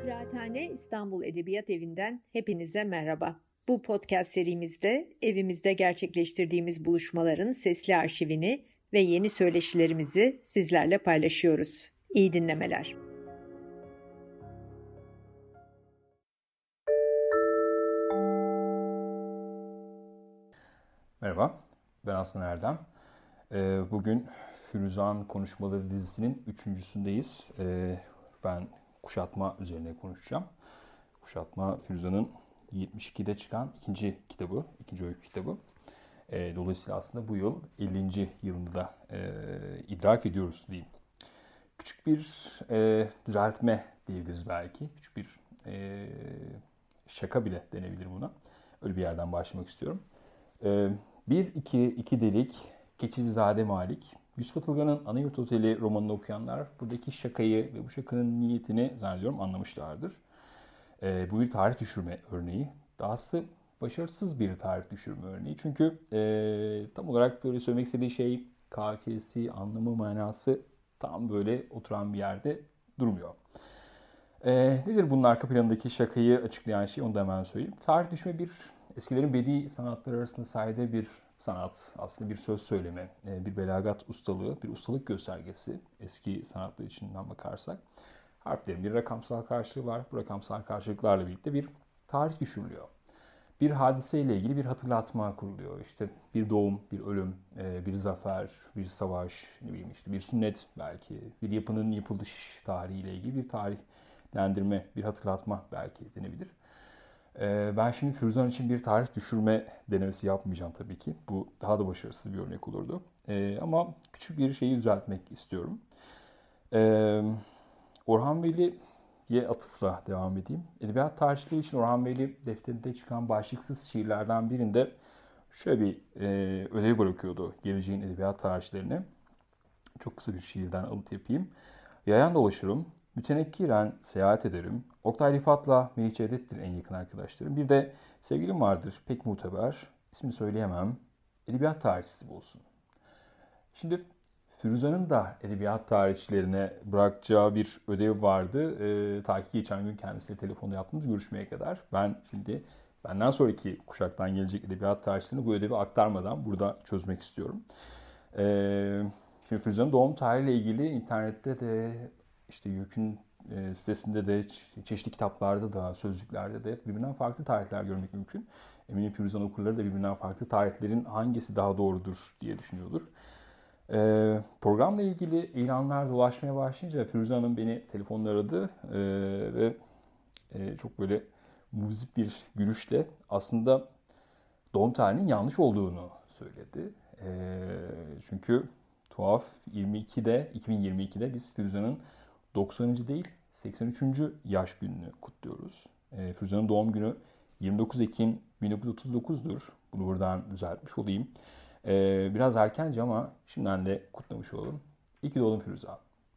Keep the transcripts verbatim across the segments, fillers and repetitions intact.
Kıraathane İstanbul Edebiyat Evi'nden hepinize merhaba. Bu podcast serimizde evimizde gerçekleştirdiğimiz buluşmaların sesli arşivini ve yeni söyleşilerimizi sizlerle paylaşıyoruz. İyi dinlemeler. Merhaba, ben Aslan Erdem. Ee, bugün Firuzan Konuşmaları dizisinin üçüncüsündeyiz. Ee, ben kuşatma üzerine konuşacağım. Kuşatma, Firuzan'ın yetmiş ikide çıkan ikinci kitabı, ikinci öykü kitabı. Ee, dolayısıyla aslında bu yıl ellinci yılını da e, idrak ediyoruz diyeyim. Küçük bir e, düzeltme diyebiliriz belki. Küçük bir e, şaka bile denebilir buna. Öyle bir yerden başlamak istiyorum. Ee, Bir, iki, iki delik, Keçizade Malik. Yusuf Atılgan'ın Anayurt Oteli romanını okuyanlar buradaki şakayı ve bu şakanın niyetini zannediyorum anlamışlardır. Ee, bu bir tarih düşürme örneği. Dahası başarısız bir tarih düşürme örneği. Çünkü e, tam olarak böyle söylemek istediği şey, kafiyesi, anlamı, manası tam böyle oturan bir yerde durmuyor. Ee, nedir bunun arka planındaki şakayı açıklayan şey, onu da hemen söyleyeyim. Tarih düşme bir eskilerin bedi sanatları arasında saydığı bir sanat, aslında bir söz söyleme, bir belagat ustalığı, bir ustalık göstergesi eski sanatlar içinden bakarsak. Harflerin bir rakamsal karşılığı var. Bu rakamsal karşılıklarla birlikte bir tarih düşürülüyor. Bir hadiseyle ilgili bir hatırlatma kuruluyor. İşte bir doğum, bir ölüm, bir zafer, bir savaş, ne bileyim işte bir sünnet belki, bir yapının yapılış tarihiyle ilgili bir tarihlendirme, bir hatırlatma belki denebilir. Ben şimdi Firuzan için bir tarih düşürme denemesi yapmayacağım tabii ki. Bu daha da başarısız bir örnek olurdu. Ama küçük bir şeyi düzeltmek istiyorum. Orhan Veli'ye atıfla devam edeyim. Edebiyat tarihçileri için Orhan Veli defterinde çıkan başlıksız şiirlerden birinde şöyle bir ödev bırakıyordu geleceğin edebiyat tarihçilerine. Çok kısa bir şiirden alıntı yapayım. Yayan dolaşırım, mütenekkiren seyahat ederim. Oktay Rifat'la Melih Cevdet'tir en yakın arkadaşlarım. Bir de sevgilim vardır, pek muteber. İsmini söyleyemem. Edebiyat tarihçisi bulsun. Şimdi Firuzan'ın da edebiyat tarihçilerine bırakacağı bir ödev vardı. Ee, ta ki geçen gün kendisiyle telefonda yaptığımız görüşmeye kadar. Ben şimdi benden sonraki kuşaktan gelecek edebiyat tarihçilerine bu ödevi aktarmadan burada çözmek istiyorum. Ee, şimdi Firuzan'ın doğum tarihiyle ilgili internette de, işte YÖK'ün e, sitesinde de, çeşitli kitaplarda da, sözlüklerde de birbirinden farklı tarihler görmek mümkün. Eminim Firuzan okurları da birbirinden farklı tarihlerin hangisi daha doğrudur diye düşünüyordur. Ee, programla ilgili ilanlar dolaşmaya başlayınca Firuzan Hanım beni telefonla aradı ee, ve e, çok böyle muzip bir gülüşle aslında doğum tarihinin yanlış olduğunu söyledi. Ee, çünkü tuhaf yirmi ikide, iki bin yirmi ikide biz Firuzan'ın doksanıncı değil seksen üçüncü yaş gününü kutluyoruz. Ee, Firuzan'ın doğum günü yirmi dokuz Ekim bin dokuz yüz otuz dokuz'dur. Bunu buradan düzeltmiş olayım. Ee, biraz erkence ama şimdiden de kutlamış olalım. İyi ki doğdun Firuzan.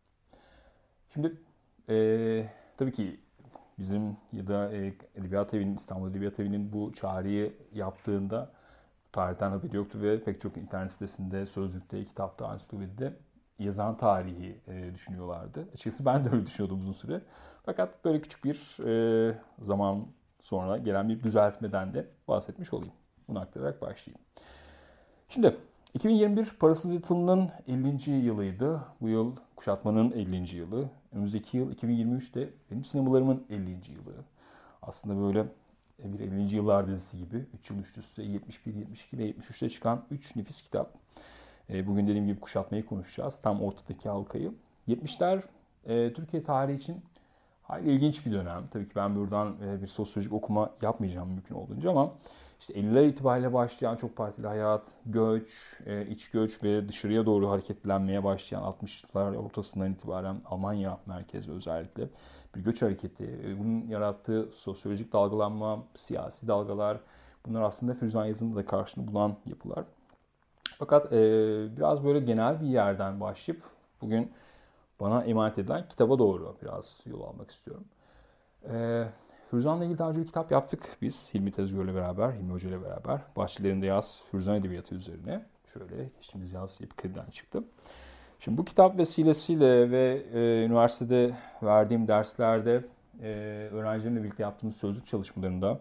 Şimdi e, tabii ki bizim ya da e, Edebiyat Evi'nin, İstanbul Edebiyat Evi'nin bu çağrıyı yaptığında tarihten haberi yoktu ve pek çok internet sitesinde, sözlükte, kitapta, ansiklopedide yazan tarihi e, düşünüyorlardı. Açıkçası ben de öyle düşünüyordum uzun süre. Fakat böyle küçük bir e, zaman sonra gelen bir düzeltmeden de bahsetmiş olayım. Bunu aktararak başlayayım. Şimdi iki bin yirmi bir Parasız Yatılı'nın ellinci yılıydı. Bu yıl Kuşatma'nın ellinci yılı. Önümüzdeki yıl iki bin yirmi üç de benim sinemalarımın ellinci yılı. Aslında böyle bir ellinci yıllar dizisi gibi üç yıl üst üste yetmiş bir, yetmiş iki ve yetmiş üçte çıkan üç nefis kitap. Bugün dediğim gibi Kuşatma'yı konuşacağız. Tam ortadaki halkayı. yetmişler e, Türkiye tarihi için hayli ilginç bir dönem. Tabii ki ben buradan bir sosyolojik okuma yapmayacağım mümkün olduğunca ama işte elliler itibariyle başlayan çok partili hayat, göç, iç göç ve dışarıya doğru hareketlenmeye başlayan altmışlar ortasından itibaren Almanya merkezli özellikle bir göç hareketi. Bunun yarattığı sosyolojik dalgalanma, siyasi dalgalar, bunlar aslında Firuzan yazımında da karşılığını bulan yapılar. Fakat biraz böyle genel bir yerden başlayıp bugün bana emanet edilen kitaba doğru biraz yol almak istiyorum. Ee, Firuzan'la ilgili daha önce bir kitap yaptık biz. Hilmi Tezgör'le beraber, Hilmi Hoca ile beraber. Bahçelerinde Yaz, Firuzan Edebiyatı üzerine. Şöyle geçtiğimiz yaz Yapı Kredi'den çıktı. Şimdi bu kitap vesilesiyle ve e, üniversitede verdiğim derslerde e, öğrencilerimle birlikte yaptığımız sözlük çalışmalarında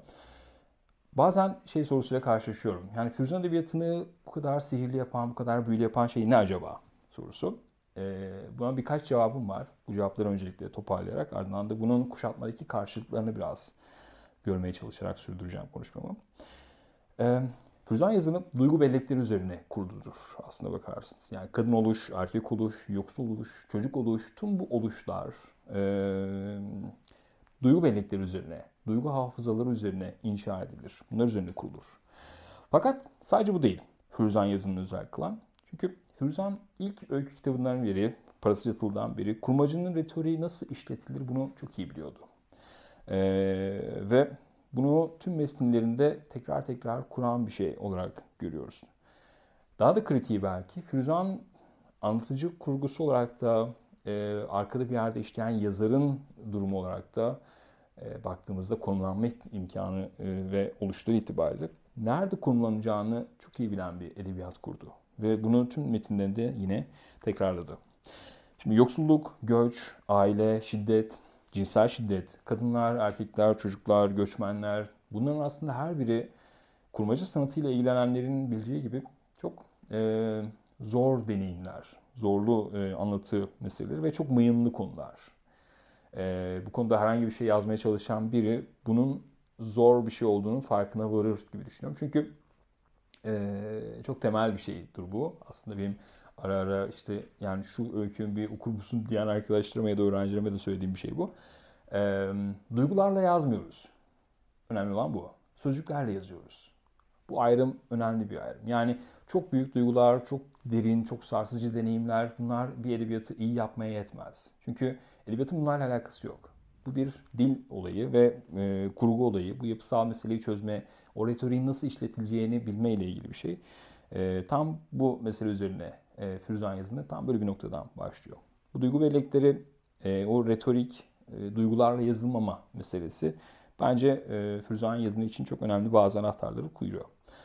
bazen şey sorusuyla karşılaşıyorum. Yani Firuzan Edebiyatı'nı bu kadar sihirli yapan, bu kadar büyülü yapan şey ne acaba sorusu. E, buna birkaç cevabım var. Bu cevapları öncelikle toparlayarak ardından da bunun kuşatmadaki karşılıklarını biraz görmeye çalışarak sürdüreceğim konuşmamı. E, Firuzan yazını duygu bellekleri üzerine kuruludur aslında bakarsınız. Yani kadın oluş, erkek oluş, yoksul oluş, çocuk oluş, tüm bu oluşlar e, duygu bellekleri üzerine, duygu hafızaları üzerine inşa edilir. Bunlar üzerine kurulur. Fakat sadece bu değil. Firuzan yazını özel kılan. Çünkü Firuzan ilk öykü kitabından beri, Parası Yatılı'dan beri kurmacının retoriği nasıl işletilir bunu çok iyi biliyordu. Ee, ve bunu tüm metinlerinde tekrar tekrar kuran bir şey olarak görüyoruz. Daha da kritiği belki Firuzan anlatıcı kurgusu olarak da e, arkada bir yerde işleyen yazarın durumu olarak da e, baktığımızda konumlanma imkanı e, ve oluşları itibariyle nerede konumlanacağını çok iyi bilen bir edebiyat kurdu. Ve bunu tüm metinlerinde yine tekrarladı. Şimdi yoksulluk, göç, aile, şiddet, cinsel şiddet, kadınlar, erkekler, çocuklar, göçmenler bunların aslında her biri kurmaca sanatıyla ilgilenenlerin bildiği gibi çok e, zor deneyimler, zorlu e, anlatı meseleleri ve çok mıyımlı konular. E, bu konuda herhangi bir şey yazmaya çalışan biri bunun zor bir şey olduğunun farkına varır gibi düşünüyorum. Çünkü e, çok temel bir şeydir bu. Aslında benim ara ara işte yani şu öykünün bir okur musun diyen arkadaşlarıma ya da öğrencilerime de söylediğim bir şey bu. E, duygularla yazmıyoruz. Önemli olan bu. Sözcüklerle yazıyoruz. Bu ayrım önemli bir ayrım. Yani çok büyük duygular, çok derin, çok sarsıcı deneyimler bunlar bir edebiyatı iyi yapmaya yetmez. Çünkü edebiyatın bunlarla alakası yok. Bu bir dil olayı ve e, kurgu olayı. Bu yapısal meseleyi çözme, o retoriğin nasıl işletileceğini bilme ile ilgili bir şey. E, tam bu mesele üzerine e, Firuzan yazını tam böyle bir noktadan başlıyor. Bu duygu bellekleri, e, o retorik, e, duygularla yazılmama meselesi bence e, Firuzan yazını için çok önemli bazı anahtarları koyuyor.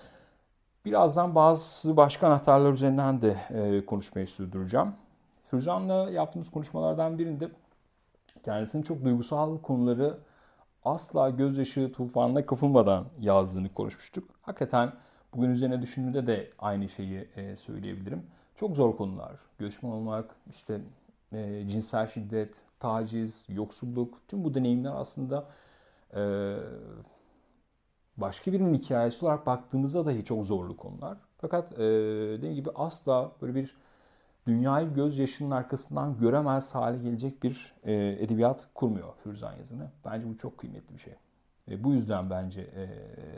Birazdan bazı başka anahtarlar üzerinden de e, konuşmayı sürdüreceğim. Firuzan'la yaptığımız konuşmalardan birinde kendisinin çok duygusal konuları asla gözyaşı tufanına kapılmadan yazdığını konuşmuştuk. Hakikaten bugün üzerine düşündüğümde de aynı şeyi e, söyleyebilirim. Çok zor konular. Göçmen olmak, işte e, cinsel şiddet, taciz, yoksulluk, tüm bu deneyimler aslında e, başka birinin hikayesi olarak baktığımızda dahi çok zorlu konular. Fakat e, dediğim gibi asla böyle bir dünyayı gözyaşının arkasından göremez hale gelecek bir e, edebiyat kurmuyor Firuzan yazını. Bence bu çok kıymetli bir şey. E, bu yüzden bence e,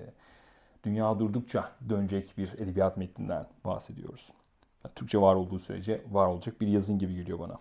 dünya durdukça dönecek bir edebiyat metninden bahsediyoruz. Yani Türkçe var olduğu sürece var olacak bir yazın gibi geliyor bana.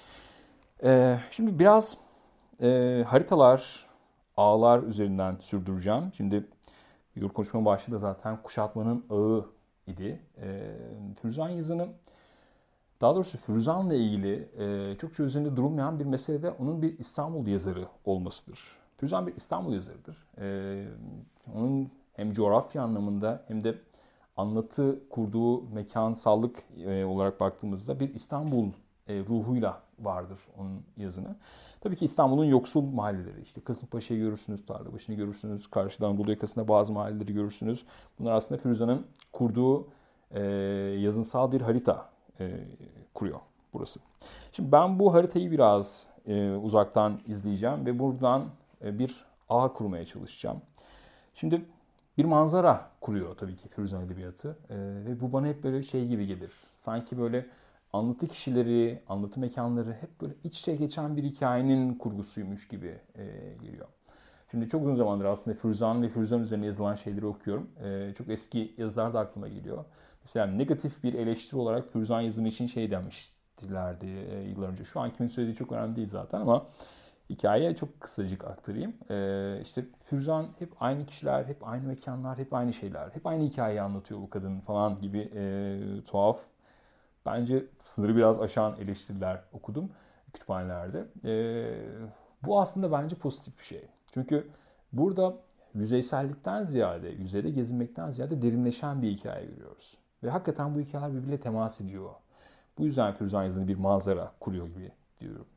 E, şimdi biraz e, haritalar, ağlar üzerinden sürdüreceğim. Şimdi yurt konuşma başlığı da zaten kuşatmanın ağı idi. E, Firuzan yazını Daha doğrusu Firuzan'la ilgili e, çokça üzerinde durulmayan bir mesele de onun bir İstanbul yazarı olmasıdır. Firuzan bir İstanbul yazarıdır. E, onun hem coğrafya anlamında hem de anlatı kurduğu mekansallık e, olarak baktığımızda bir İstanbul e, ruhuyla vardır onun yazını. Tabii ki İstanbul'un yoksul mahalleleri, işte Kasımpaşa'yı görürsünüz, Tarlabaşı'nı görürsünüz, karşıdan Anadolu yakasında bazı mahalleleri görürsünüz. Bunlar aslında Firuzan'ın kurduğu e, yazınsal bir harita e, kuruyor burası. Şimdi ben bu haritayı biraz e, uzaktan izleyeceğim ve buradan e, bir ağ kurmaya çalışacağım. Şimdi bir manzara kuruyor tabii ki Firuzan Edebiyatı e, ve bu bana hep böyle şey gibi gelir. Sanki böyle anlatı kişileri, anlatı mekanları hep böyle iç içe geçen bir hikayenin kurgusuymuş gibi e, geliyor. Şimdi çok uzun zamandır aslında Firuzan ve Firuzan üzerine yazılan şeyleri okuyorum. E, çok eski yazılar da aklıma geliyor. Mesela negatif bir eleştiri olarak Firuzan yazımı için şey demiştilerdi e, yıllar önce. Şu an kimin söylediği çok önemli değil zaten ama hikayeye çok kısacık aktarayım. E, işte Firuzan hep aynı kişiler, hep aynı mekanlar, hep aynı şeyler. Hep aynı hikayeyi anlatıyor bu kadın falan gibi e, tuhaf. Bence sınırı biraz aşan eleştiriler okudum kütüphanelerde. E, bu aslında bence pozitif bir şey. Çünkü burada yüzeysellikten ziyade, yüzeyde gezinmekten ziyade derinleşen bir hikaye görüyoruz. Ve hakikaten bu hikayeler birbiriyle temas ediyor. Bu yüzden Firuzan yazını bir manzara kuruyor gibi diyorum.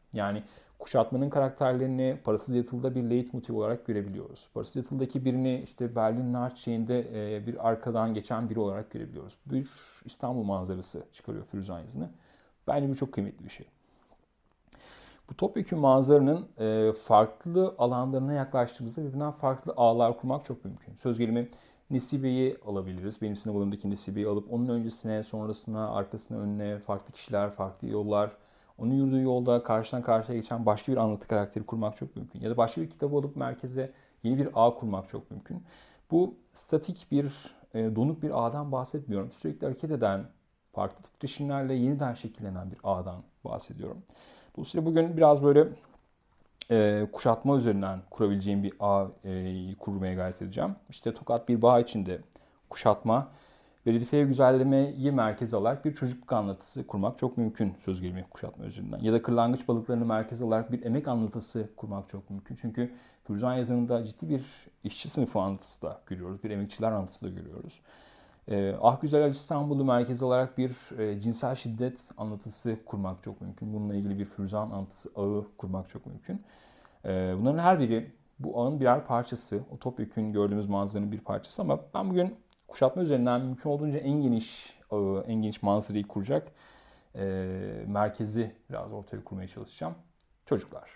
Yani kuşatmanın karakterlerini Parasız Yatılı'da bir leitmotiv olarak görebiliyoruz. Parasız Yatılı'daki birini işte Berlin Nar Çiçeği'nde bir arkadan geçen biri olarak görebiliyoruz. Bir İstanbul manzarası çıkarıyor Firuzan yazını. Bence bu çok kıymetli bir şey. Bu topyekun manzaranın farklı alanlarına yaklaştığımızda birbirinden farklı ağlar kurmak çok mümkün. Söz gelimi Nesibe'yi alabiliriz. Benim sınavlarımdaki Nesibe'yi alıp onun öncesine, sonrasına, arkasına, önüne farklı kişiler, farklı yollar, onun yürüdüğü yolda karşıdan karşıya geçen başka bir anlatı karakteri kurmak çok mümkün. Ya da başka bir kitabı alıp merkeze yeni bir ağ kurmak çok mümkün. Bu statik bir, donuk bir ağdan bahsetmiyorum. Sürekli hareket eden, farklı titreşimlerle yeniden şekillenen bir ağdan bahsediyorum. Dolayısıyla bugün biraz böyle e, kuşatma üzerinden kurabileceğim bir ağ e, kurmaya gayret edeceğim. İşte Tokat bir bağ içinde kuşatma ve redifeye güzellemeyi merkeze alarak bir çocukluk anlatısı kurmak çok mümkün söz gelimi kuşatma üzerinden. Ya da kırlangıç balıklarını merkeze alarak bir emek anlatısı kurmak çok mümkün. Çünkü Firuzan yazarında ciddi bir işçi sınıfı anlatısı da görüyoruz. Bir emekçiler anlatısı da görüyoruz. Ee, Ah Güzel İstanbul'u merkez alarak bir e, cinsel şiddet anlatısı kurmak çok mümkün. Bununla ilgili bir Firuzan anlatısı ağı kurmak çok mümkün. Ee, bunların her biri bu ağın birer parçası. O topyekün gördüğümüz manzaranın bir parçası ama ben bugün kuşatma üzerinden mümkün olduğunca en geniş ağı, en geniş manzarayı kuracak e, merkezi biraz ortaya kurmaya çalışacağım. Çocuklar.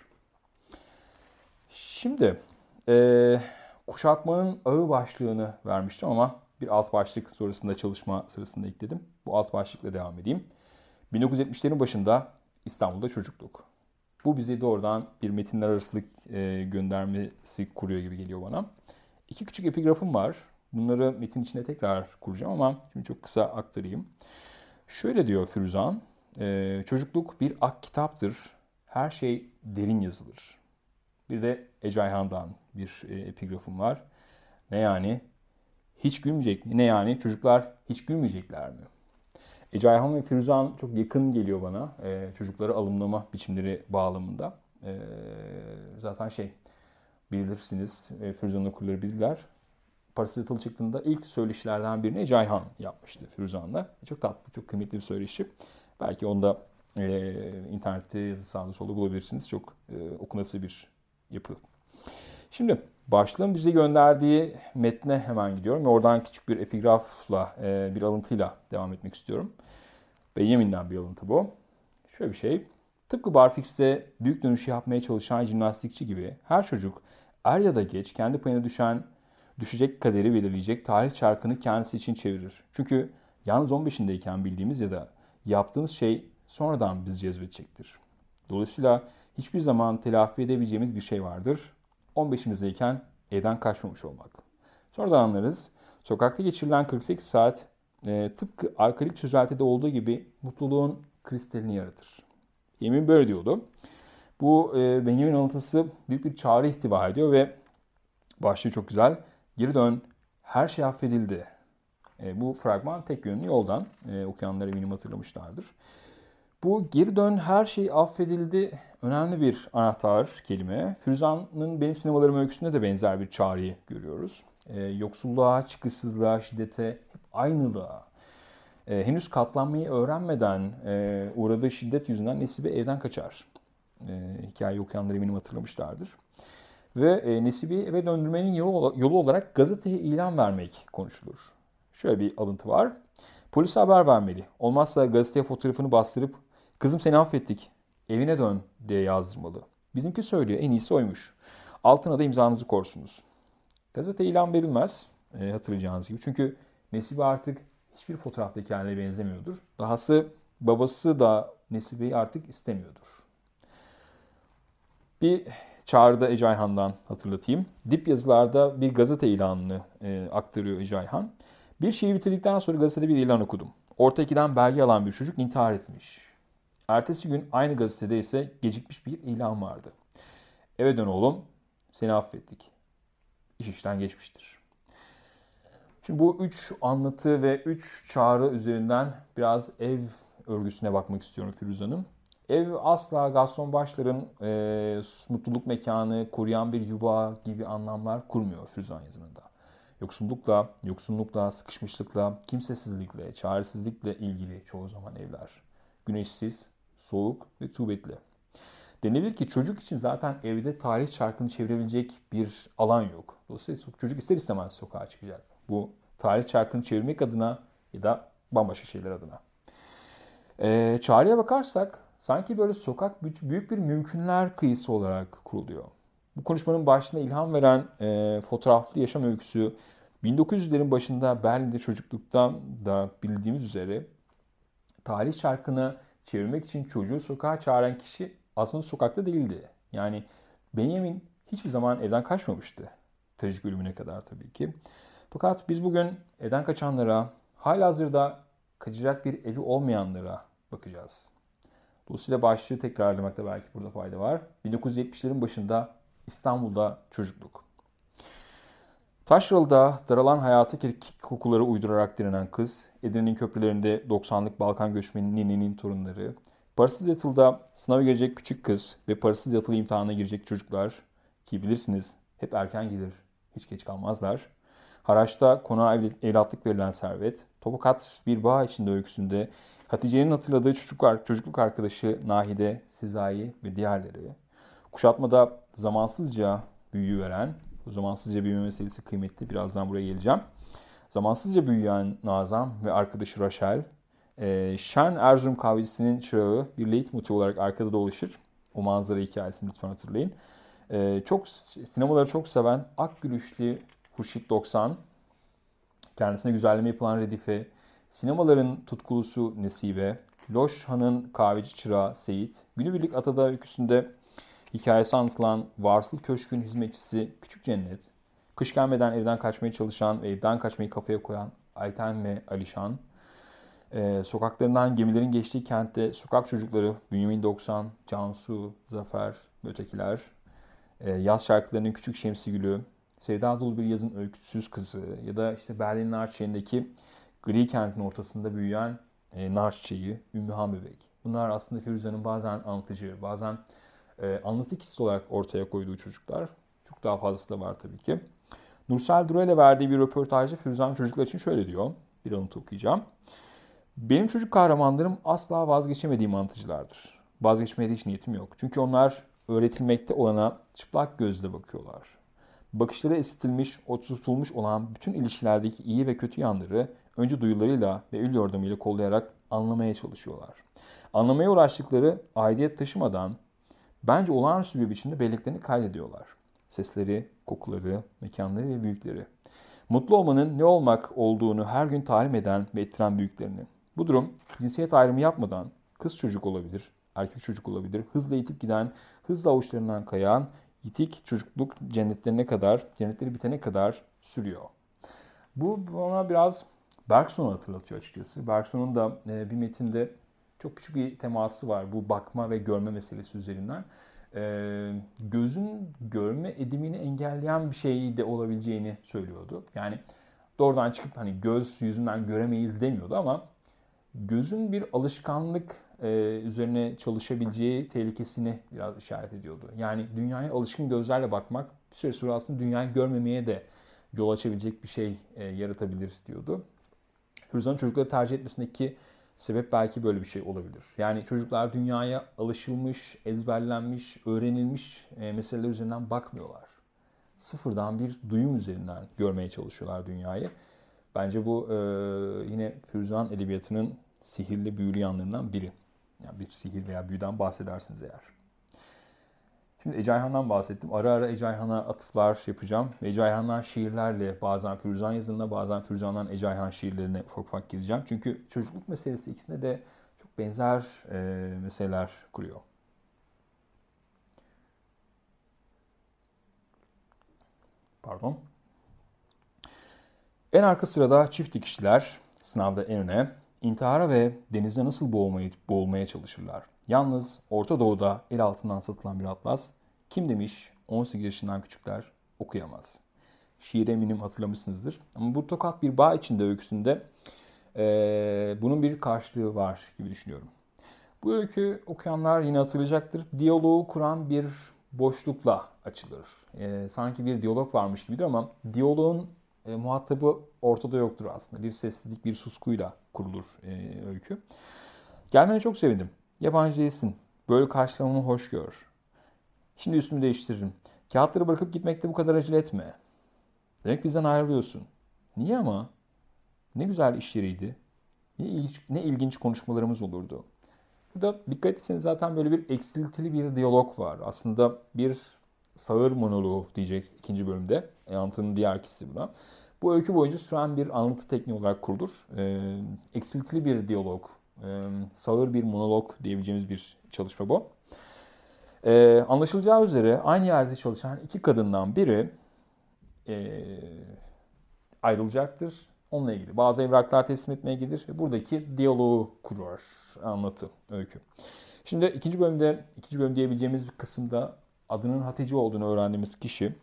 Şimdi e, kuşatmanın ağı başlığını vermiştim ama bir alt başlık sonrasında çalışma sırasında ekledim. Bu alt başlıkla devam edeyim. bin dokuz yüz yetmişlerin başında İstanbul'da çocukluk. Bu bizi doğrudan bir metinler arasılık e, göndermesi kuruyor gibi geliyor bana. İki küçük epigrafım var. Bunları metin içinde tekrar kuracağım ama şimdi çok kısa aktarayım. Şöyle diyor Firuzan, e, çocukluk bir ak kitaptır. Her şey derin yazılır. Bir de Ece Ayhan'dan bir e, epigrafım var. Ne yani? Hiç gülmeyecek mi? Ne yani? Çocuklar hiç gülmeyecekler mi? Ece Ayhan ve Firuzan çok yakın geliyor bana. Ee, çocukları alımlama biçimleri bağlamında. Ee, zaten şey bilirsiniz, e, Firuzan'ın okulları bilirler. Parasız Yatılı çıktığında ilk söyleşilerden birini Ece Ayhan yapmıştı Firuzan'la. Çok tatlı, çok kıymetli bir söyleşi. Belki onu da e, internette ya da sağda solda bulabilirsiniz. Çok e, okunası bir yapı. Şimdi başlığın bize gönderdiği metne hemen gidiyorum ve oradan küçük bir epigrafla, bir alıntıyla devam etmek istiyorum. Benjamin'den bir alıntı bu. Şöyle bir şey. Tıpkı barfix'te büyük dönüşü yapmaya çalışan jimnastikçi gibi her çocuk er ya da geç kendi payına düşen, düşecek kaderi belirleyecek tarih çarkını kendisi için çevirir. Çünkü yalnız on beşindeyken bildiğimiz ya da yaptığımız şey sonradan bizi cezbedecektir. Dolayısıyla hiçbir zaman telafi edebileceğimiz bir şey vardır. on beşimizdeyken evden kaçmamış olmak. Sonradan anlarız. Sokakta geçirilen kırk sekiz saat e, tıpkı alkalik çözeltide olduğu gibi mutluluğun kristalini yaratır. Yemin böyle diyordu. Bu e, Benjamin anlatısı büyük bir çağrı ihtiva ediyor ve başlığı çok güzel. Geri dön, her şey affedildi. E, bu fragman tek yönlü yoldan. E, okuyanlar eminim hatırlamışlardır. Bu geri dön her şey affedildi önemli bir anahtar kelime. Firuzan'ın Benim Sinemalarım öyküsünde de benzer bir çağrıyı görüyoruz. Ee, yoksulluğa, çıkışsızlığa, şiddete, hep aynılığa. Ee, henüz katlanmayı öğrenmeden e, uğradığı şiddet yüzünden Nesibe evden kaçar. Ee, hikayeyi okuyanlar eminim hatırlamışlardır. Ve e, Nesibe'yi eve döndürmenin yolu, yolu olarak gazeteye ilan vermek konuşulur. Şöyle bir alıntı var. Polise haber vermeli. Olmazsa gazeteye fotoğrafını bastırıp kızım seni affettik, evine dön diye yazdırmalı. Bizimki söylüyor, en iyisi oymuş. Altına da imzanızı korsunuz. Gazete ilan verilmez e, hatırlayacağınız gibi. Çünkü Nesibe artık hiçbir fotoğraftaki haline benzemiyordur. Dahası babası da Nesibe'yi artık istemiyordur. Bir çağrıda Ece Ayhan'dan hatırlatayım. Dip yazılarda bir gazete ilanını e, aktarıyor Ece Ayhan. Bir şeyi bitirdikten sonra gazetede bir ilan okudum. Orta ikiden belge alan bir çocuk intihar etmiş. Ertesi gün aynı gazetede ise gecikmiş bir ilan vardı. Eve dön oğlum, seni affettik. İş işten geçmiştir. Şimdi bu üç anlatı ve üç çağrı üzerinden biraz ev örgüsüne bakmak istiyorum Firuzan'ın. Ev asla Gaston Bachelard'ın e, mutluluk mekanı, koruyan bir yuva gibi anlamlar kurmuyor Firuzan yazınında. Yoksullukla, yoksunlukla, sıkışmışlıkla, kimsesizlikle, çaresizlikle ilgili çoğu zaman evler. Güneşsiz, soğuk ve tuğbetli. Denilir ki çocuk için zaten evde tarih çarkını çevirebilecek bir alan yok. Dolayısıyla çocuk ister istemez sokağa çıkacak. Bu tarih çarkını çevirmek adına ya da bambaşka şeyler adına. Ee, çağrıya bakarsak sanki böyle sokak büyük bir mümkünler kıyısı olarak kuruluyor. Bu konuşmanın başına ilham veren e, fotoğraflı yaşam öyküsü bin dokuz yüzlerin başında Berlin'de çocukluktan da bildiğimiz üzere tarih çarkını çevirmek için çocuğu sokağa çağıran kişi aslında sokakta değildi. Yani Benjamin hiçbir zaman evden kaçmamıştı. Trajik ölümüne kadar tabii ki. Fakat biz bugün evden kaçanlara, halihazırda kaçacak bir evi olmayanlara bakacağız. Dolayısıyla başlığı tekrarlamakta belki burada fayda var. bin dokuz yüz yetmişlerin başında İstanbul'da çocukluk. Taşralı'da daralan hayata kekik kokuları uydurarak direnen kız, Edirne'nin köprülerinde doksanlık Balkan göçmeni ninenin torunları, parasız yatılıda sınava girecek küçük kız ve parasız yatılı imtihanına girecek çocuklar, ki bilirsiniz hep erken gelir, hiç geç kalmazlar. Haraçta konağa evlatlık verilen servet, topakat bir bağ içinde öyküsünde Hatice'nin hatırladığı çocuk, çocukluk arkadaşı Nahide, Sezai ve diğerleri. Kuşatmada zamansızca büyüyüveren, bu zamansızca büyüme meselesi kıymetli, birazdan buraya geleceğim. Zamansızca büyüyen Nazan ve arkadaşı Rachel, e, Şen Erzurum kahvecisinin çırağı bir leitmotiv olarak arkada dolaşır. O manzara hikayesini lütfen hatırlayın. E, çok sinemaları çok seven ak gülüşlü Hurşit doksan, kendisine güzelleme yapılan Redife, sinemaların tutkulusu Nesibe, Loş Han'ın kahveci çırağı Seyit, Günübirlik Atada öyküsünde hikayesi anlatılan Varsıl Köşk'ün hizmetçisi Küçük Cennet, kış gelmeden evden kaçmaya çalışan ve evden kaçmayı kafaya koyan Ayten ve Alişan, ee, sokaklarından gemilerin geçtiği kentte sokak çocukları Bünyamin doksan, Cansu, Zafer ve ötekiler, ee, yaz şarkılarının Küçük Şemsi Gülü, Sevda dolu bir yazın öyküsüz kızı ya da işte Berlin nar çiçeğindeki gri kentin ortasında büyüyen e, nar çiçeği, Ümmühan Bebek. Bunlar aslında Firuza'nın bazen anlatıcı, bazen e, anlatı kişisi olarak ortaya koyduğu çocuklar. Çok daha fazlası da var tabii ki. Nursel Duru ile verdiği bir röportajda Firuza'nın çocuklar için şöyle diyor. Bir alıntı okuyacağım. Benim çocuk kahramanlarım asla vazgeçemediğim anlatıcılardır. Vazgeçmeye de hiç niyetim yok. Çünkü onlar öğretilmekte olana çıplak gözle bakıyorlar. Bakışları eskitilmiş, oturtulmuş olan bütün ilişkilerdeki iyi ve kötü yanları önce duyularıyla ve el yordamıyla kollayarak anlamaya çalışıyorlar. Anlamaya uğraştıkları aidiyet taşımadan bence olağanüstü bir biçimde belleklerini kaydediyorlar. Sesleri, kokuları, mekanları ve büyükleri. Mutlu olmanın ne olmak olduğunu her gün talim eden ve ettiren büyüklerini. Bu durum cinsiyet ayrımı yapmadan kız çocuk olabilir, erkek çocuk olabilir, hızla itip giden, hızla avuçlarından kayan, yitik çocukluk cennetlerine kadar, cennetleri bitene kadar sürüyor. Bu bana biraz Bergson'u hatırlatıyor açıkçası. Bergson'un da bir metinde çok küçük bir teması var bu bakma ve görme meselesi üzerinden. Gözün görme edimini engelleyen bir şey de olabileceğini söylüyordu. Yani doğrudan çıkıp hani göz yüzünden göremeyiz demiyordu ama gözün bir alışkanlık üzerine çalışabileceği tehlikesini biraz işaret ediyordu. Yani dünyaya alışkın gözlerle bakmak bir süre sonra aslında dünyayı görmemeye de yol açabilecek bir şey yaratabilir diyordu. Firuza'nın çocukları tercih etmesindeki sebep belki böyle bir şey olabilir. Yani çocuklar dünyaya alışılmış, ezberlenmiş, öğrenilmiş meseleler üzerinden bakmıyorlar. Sıfırdan bir duyum üzerinden görmeye çalışıyorlar dünyayı. Bence bu yine Firuza'nın edebiyatının sihirli, büyülü yanlarından biri. Yani bir sihir veya büyüden bahsedersiniz eğer. Şimdi Ece Ayhan'dan bahsettim. Ara ara Ece Ayhan'a atıflar yapacağım. Ece Ayhan'dan şiirlerle bazen Firuzan yazılarına, bazen Firuzan'dan Ece Ayhan şiirlerine ufak ufak gireceğim. Çünkü çocukluk meselesi ikisinde de çok benzer e, meseleler kuruyor. Pardon. En arka sırada çift dikişliler, sınavda en öne, intihara ve denizde nasıl boğulmayı, boğulmaya çalışırlar. Yalnız Orta Doğu'da el altından satılan bir atlas, kim demiş on sekiz yaşından küçükler okuyamaz. Şiiri eminim hatırlamışsınızdır. Ama bu tokat bir bağ içinde öyküsünde e, bunun bir karşılığı var gibi düşünüyorum. Bu öykü okuyanlar yine hatırlayacaktır. Diyaloğu kuran bir boşlukla açılır. E, sanki bir diyalog varmış gibidir ama diyaloğun e, muhatabı ortada yoktur aslında. Bir sessizlik, bir suskuyla kurulur e, öykü. Gelmene çok sevindim. Yabancı değilsin. Böyle karşılamamı hoş gör. Şimdi üstümü değiştiririm. Kağıtları bırakıp gitmekte bu kadar acele etme. Demek bizden ayrılıyorsun. Niye ama? Ne güzel iş yeriydi. Ne ilginç, ne ilginç konuşmalarımız olurdu. Burada dikkat etseniz zaten böyle bir eksiltili bir diyalog var. Aslında bir sağır monoloğu diyecek ikinci bölümde. E, anlatının diğer ikisi buna. Bu öykü boyunca süren bir anlatı tekniği olarak kurulur. E, eksiltili bir diyalog, e, sağır bir monolog diyebileceğimiz bir çalışma bu. E, anlaşılacağı üzere aynı yerde çalışan iki kadından biri e, ayrılacaktır. Onunla ilgili bazı evraklar teslim etmeye gelir ve buradaki diyaloğu kurar anlatı, öykü. Şimdi ikinci bölümde, ikinci bölüm diyebileceğimiz bir kısımda adının Hatice olduğunu öğrendiğimiz kişi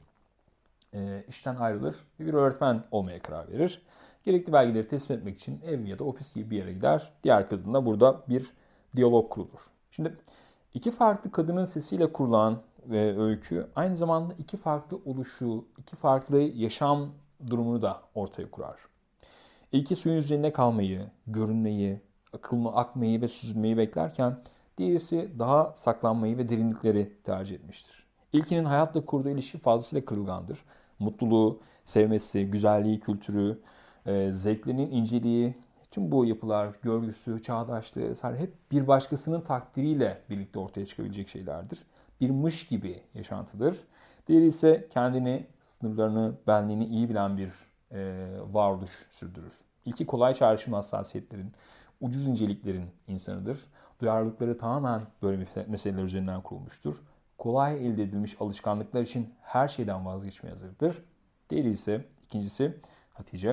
e, işten ayrılır ve bir öğretmen olmaya karar verir. Gerekli belgeleri teslim etmek için ev ya da ofis gibi bir yere gider. Diğer kadınla burada bir diyalog kurulur. Şimdi iki farklı kadının sesiyle kurulan e, öykü aynı zamanda iki farklı oluşu, iki farklı yaşam durumunu da ortaya kurar. İlki suyun üzerinde kalmayı, görünmeyi, akılma akmayı ve süzülmeyi beklerken diğerisi daha saklanmayı ve derinlikleri tercih etmiştir. İlkinin hayatla kurduğu ilişki fazlasıyla kırılgandır. Mutluluğu, sevmesi, güzelliği, kültürü, e, zevklerinin inceliği, tüm bu yapılar, görgüsü, çağdaşlığı vesaire hep bir başkasının takdiriyle birlikte ortaya çıkabilecek şeylerdir. Bir mış gibi yaşantıdır. Diğeri ise kendini, sınırlarını, benliğini iyi bilen bir e, varoluş sürdürür. İlki kolay çağrışım hassasiyetlerin, ucuz inceliklerin insanıdır. Duyarlılıkları tamamen böyle meseleler üzerinden kurulmuştur. Kolay elde edilmiş alışkanlıklar için her şeyden vazgeçmeye hazırdır. Diğeri ise, ikincisi Hatice,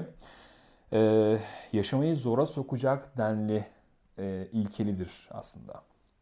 e, yaşamayı zora sokacak denli e, ilkelidir aslında.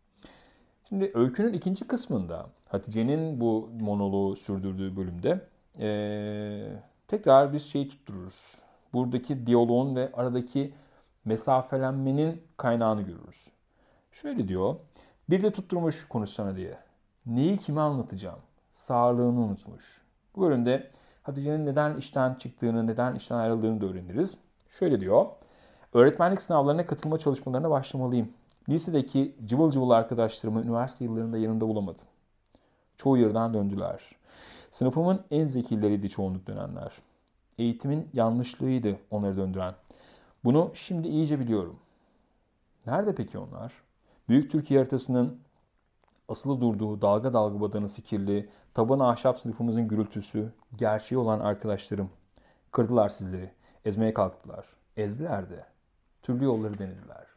Şimdi öykünün ikinci kısmında Hatice'nin bu monoloğu sürdürdüğü bölümde ee, tekrar bir şey tuttururuz. Buradaki diyaloğun ve aradaki mesafelenmenin kaynağını görürüz. Şöyle diyor, bir de tutturmuş konuşsana diye. Neyi kime anlatacağım? Sağlığını unutmuş. Bu bölümde Hatice'nin neden işten çıktığını, neden işten ayrıldığını da öğreniriz. Şöyle diyor, öğretmenlik sınavlarına katılma çalışmalarına başlamalıyım. Lisedeki cıvıl cıvıl arkadaşlarımı üniversite yıllarında yanında bulamadım. Çoğu yerden döndüler. Sınıfımın en zekileriydi çoğunluk dönenler. Eğitimin yanlışlığıydı onları döndüren. Bunu şimdi iyice biliyorum. Nerede peki onlar? Büyük Türkiye haritasının asılı durduğu dalga dalga badanası kirli, tabanı ahşap sınıfımızın gürültüsü, gerçeği olan arkadaşlarım. Kırdılar sizleri, ezmeye kalktılar. Ezdiler de. Türlü yolları denediler.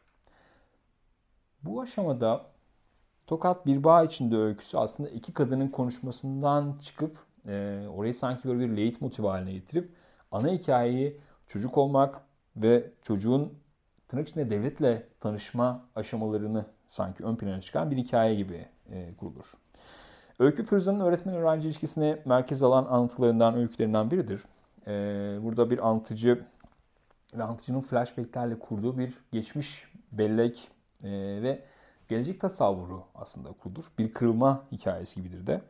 Bu aşamada Tokat Bir Bağ içinde öyküsü aslında iki kadının konuşmasından çıkıp e, orayı sanki böyle bir leitmotiv haline getirip ana hikayeyi çocuk olmak ve çocuğun tırnak içinde devletle tanışma aşamalarını sanki ön plana çıkan bir hikaye gibi e, kurulur. Öykü Firuza'nın öğretmen-öğrenci ilişkisini merkeze alan anlatılarından, öykülerinden biridir. E, burada bir anlatıcı ve anlatıcının flashbacklerle kurduğu bir geçmiş bellek e, ve gelecek tasavvuru aslında kurulur. Bir kırılma hikayesi gibidir de.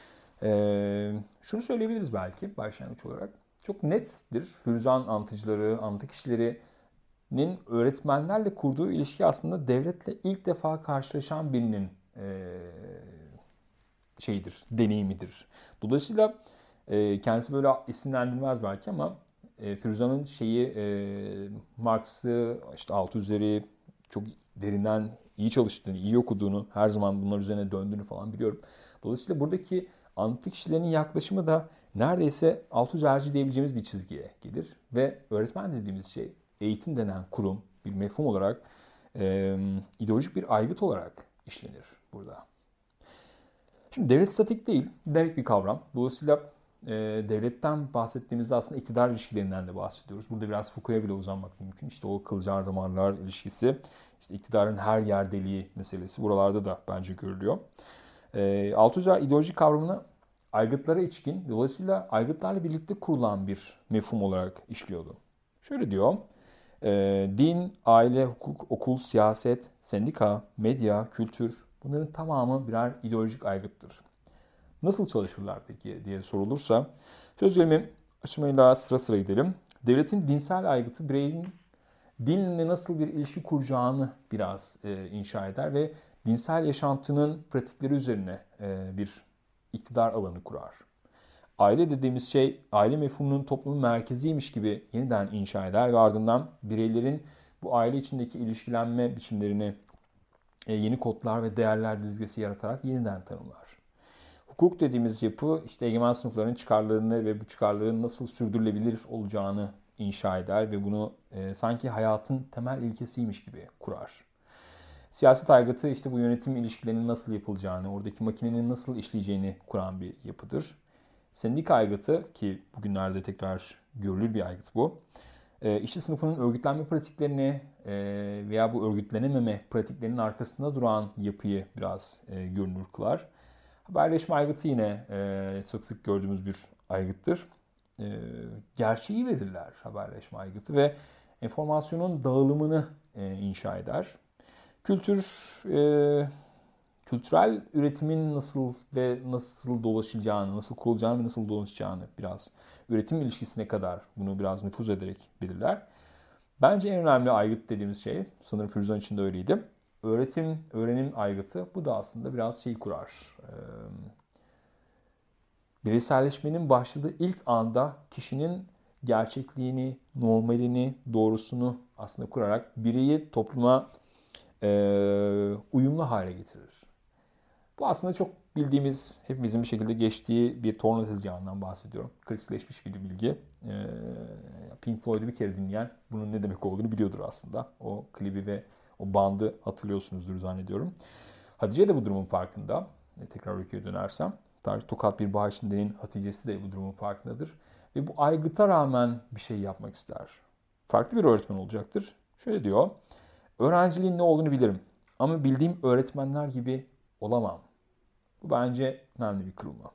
Ee, şunu söyleyebiliriz belki başlangıç olarak. Çok nettir. Firuzan anlatıcıları, anlatı kişilerinin öğretmenlerle kurduğu ilişki aslında devletle ilk defa karşılaşan birinin e, şeyidir, deneyimidir. Dolayısıyla e, kendisi böyle isimlendirmez belki ama e, Firuzan'ın şeyi e, Marx'ı işte altı üzeri çok derinden iyi çalıştığını, iyi okuduğunu, her zaman bunlar üzerine döndüğünü falan biliyorum. Dolayısıyla buradaki antik kişilerin yaklaşımı da neredeyse alt üzerci diyebileceğimiz bir çizgiye gelir. Ve öğretmen dediğimiz şey eğitim denen kurum bir mefhum olarak e, ideolojik bir aygıt olarak işlenir burada. Şimdi devlet statik değil, devlet bir kavram. Dolayısıyla e, devletten bahsettiğimizde aslında iktidar ilişkilerinden de bahsediyoruz. Burada biraz Foucault'a bile uzanmak mümkün. İşte o kılcal damarlar ilişkisi, işte iktidarın her yerdeliği meselesi buralarda da bence görülüyor. E, Althusser ideolojik kavramını aygıtlara içkin, dolayısıyla aygıtlarla birlikte kurulan bir mefhum olarak işliyordu. Şöyle diyor, e, din, aile, hukuk, okul, siyaset, sendika, medya, kültür bunların tamamı birer ideolojik aygıttır. Nasıl çalışırlar peki diye sorulursa, söz gelimi aşamayla sıra sıra gidelim. Devletin dinsel aygıtı bireyin dinle nasıl bir ilişki kuracağını biraz e, inşa eder ve dinsel yaşantının pratikleri üzerine e, bir iktidar alanı kurar. Aile dediğimiz şey aile mefhumunun toplumun merkeziymiş gibi yeniden inşa eder ve ardından bireylerin bu aile içindeki ilişkilenme biçimlerini yeni kodlar ve değerler dizgesi yaratarak yeniden tanımlar. Hukuk dediğimiz yapı işte egemen sınıfların çıkarlarını ve bu çıkarların nasıl sürdürülebilir olacağını inşa eder ve bunu e, sanki hayatın temel ilkesiymiş gibi kurar. Siyaset aygıtı işte bu yönetim ilişkilerinin nasıl yapılacağını, oradaki makinenin nasıl işleyeceğini kuran bir yapıdır. Sendika aygıtı ki bugünlerde tekrar görülür bir aygıt bu. E, işçi sınıfının örgütlenme pratiklerini e, veya bu örgütlenememe pratiklerinin arkasında duran yapıyı biraz e, görünür kılar. Haberleşme aygıtı yine e, sık sık gördüğümüz bir aygıttır. E, gerçeği verirler haberleşme aygıtı ve enformasyonun dağılımını e, inşa eder. Kültür, e, kültürel üretimin nasıl ve nasıl dolaşacağını, nasıl kurulacağını ve nasıl dolaşacağını biraz üretim ilişkisine kadar bunu biraz nüfuz ederek belirler. Bence en önemli aygıt dediğimiz şey, sanırım Firuzan için de öyleydi. Öğretim, öğrenim aygıtı. Bu da aslında biraz şey kurar. Ee, bireyselleşmenin başladığı ilk anda kişinin gerçekliğini, normalini, doğrusunu aslında kurarak bireyi topluma e, uyumlu hale getirir. Bu aslında çok bildiğimiz, hepimizin bir şekilde geçtiği bir torna tezgahından bahsediyorum. Klasikleşmiş bir bilgi. Ee, Pink Floyd'u bir kere dinleyen bunun ne demek olduğunu biliyordur aslında. O klibi ve o bandı hatırlıyorsunuzdur zannediyorum. Hatice de bu durumun farkında. E, tekrar ülkeye dönersem. Tokat bir bağ içindenin Hatice'si de bu durumun farkındadır. Ve bu aygıta rağmen bir şey yapmak ister. Farklı bir öğretmen olacaktır. Şöyle diyor. Öğrenciliğin ne olduğunu bilirim. Ama bildiğim öğretmenler gibi olamam. Bu bence önemli bir kırılma.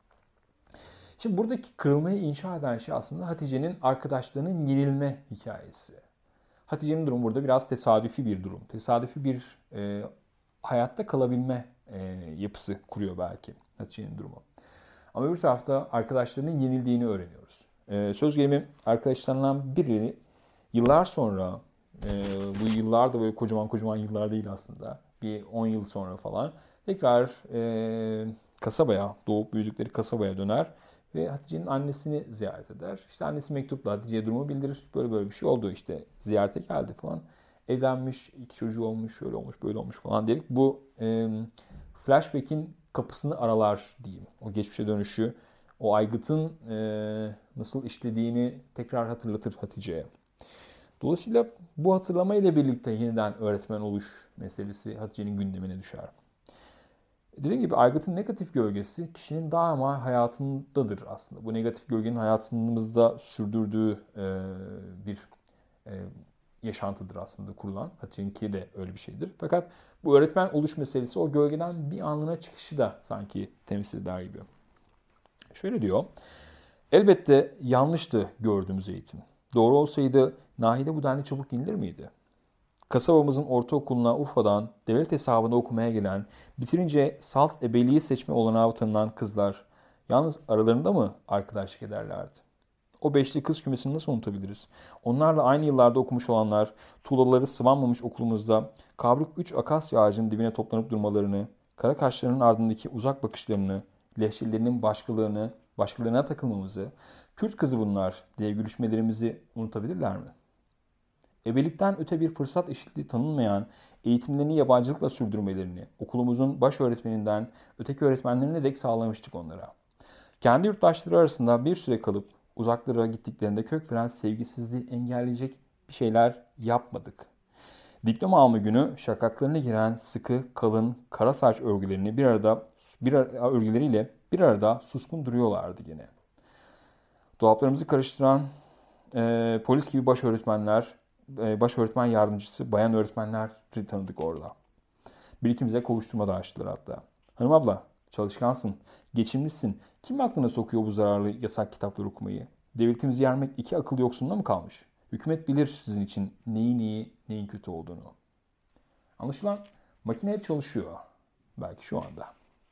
Şimdi buradaki kırılmayı inşa eden şey aslında Hatice'nin arkadaşlarının yenilme hikayesi. Hatice'nin durumu burada biraz tesadüfi bir durum. Tesadüfi bir e, hayatta kalabilme e, yapısı kuruyor belki Hatice'nin durumu. Ama öbür tarafta arkadaşlarının yenildiğini öğreniyoruz. E, söz gelimi arkadaşlarından biri yıllar sonra, e, bu yıllar da böyle kocaman kocaman yıllar değil aslında. Bir on yıl sonra falan tekrar e, kasabaya, doğup büyüdükleri kasabaya döner ve Hatice'nin annesini ziyaret eder. İşte annesi mektupla Hatice'ye durumu bildirir. Böyle böyle bir şey oldu işte ziyarete geldi falan. Evlenmiş, iki çocuğu olmuş, şöyle olmuş, böyle olmuş falan diyerek bu e, flashback'in kapısını aralar diyeyim. O geçmişe dönüşü, o aygıtın e, nasıl işlediğini tekrar hatırlatır Hatice'ye. Dolayısıyla bu hatırlama ile birlikte yeniden öğretmen oluş meselesi Hatice'nin gündemine düşer. Dediğim gibi aygıtın negatif gölgesi kişinin daima hayatındadır aslında. Bu negatif gölgenin hayatımızda sürdürdüğü e, bir e, yaşantıdır aslında kurulan. Hatice'ninki de öyle bir şeydir. Fakat bu öğretmen oluş meselesi o gölgeden bir anlığına çıkışı da sanki temsil eder gibi. Şöyle diyor. Elbette yanlıştı gördüğümüz eğitim. Doğru olsaydı Nahide bu denli çabuk yenilir miydi? Kasabamızın ortaokuluna Urfa'dan devlet hesabına okumaya gelen, bitirince salt ebeliği seçme olanağı tanınan kızlar yalnız aralarında mı arkadaşlık ederlerdi? O beşli kız kümesini nasıl unutabiliriz? Onlarla aynı yıllarda okumuş olanlar, tuğlaları sıvanmamış okulumuzda kavruk üç akasya ağacının dibine toplanıp durmalarını, kara kaşlarının ardındaki uzak bakışlarını, lehçelerinin başkalarını, başkalarına takılmamızı, Kürt kızı bunlar diye gülüşmelerimizi unutabilirler mi? Ebelikten öte bir fırsat eşitliği tanınmayan eğitimlerini yabancılıkla sürdürmelerini okulumuzun baş öğretmeninden öteki öğretmenlerine dek sağlamıştık onlara. Kendi yurttaşları arasında bir süre kalıp uzaklara gittiklerinde kök veren sevgisizliği engelleyecek bir şeyler yapmadık. Diploma alma günü şakaklarına giren sıkı, kalın, kara saç örgülerini bir arada bir arada, örgüleriyle bir arada suskun duruyorlardı gene. Dolaplarımızı karıştıran e, polis gibi baş öğretmenler, e, baş öğretmen yardımcısı, bayan öğretmenler tanıdık orada. Bir ikimize kovuşturma da açtılar hatta. Hanım abla, çalışkansın, geçimlisin. Kim aklına sokuyor bu zararlı yasak kitapları okumayı? Devletimizi yermek iki akıl yoksunluğuna mı kalmış? Hükümet bilir sizin için neyin iyi, neyin kötü olduğunu. Anlaşılan makine hep çalışıyor. Belki şu anda.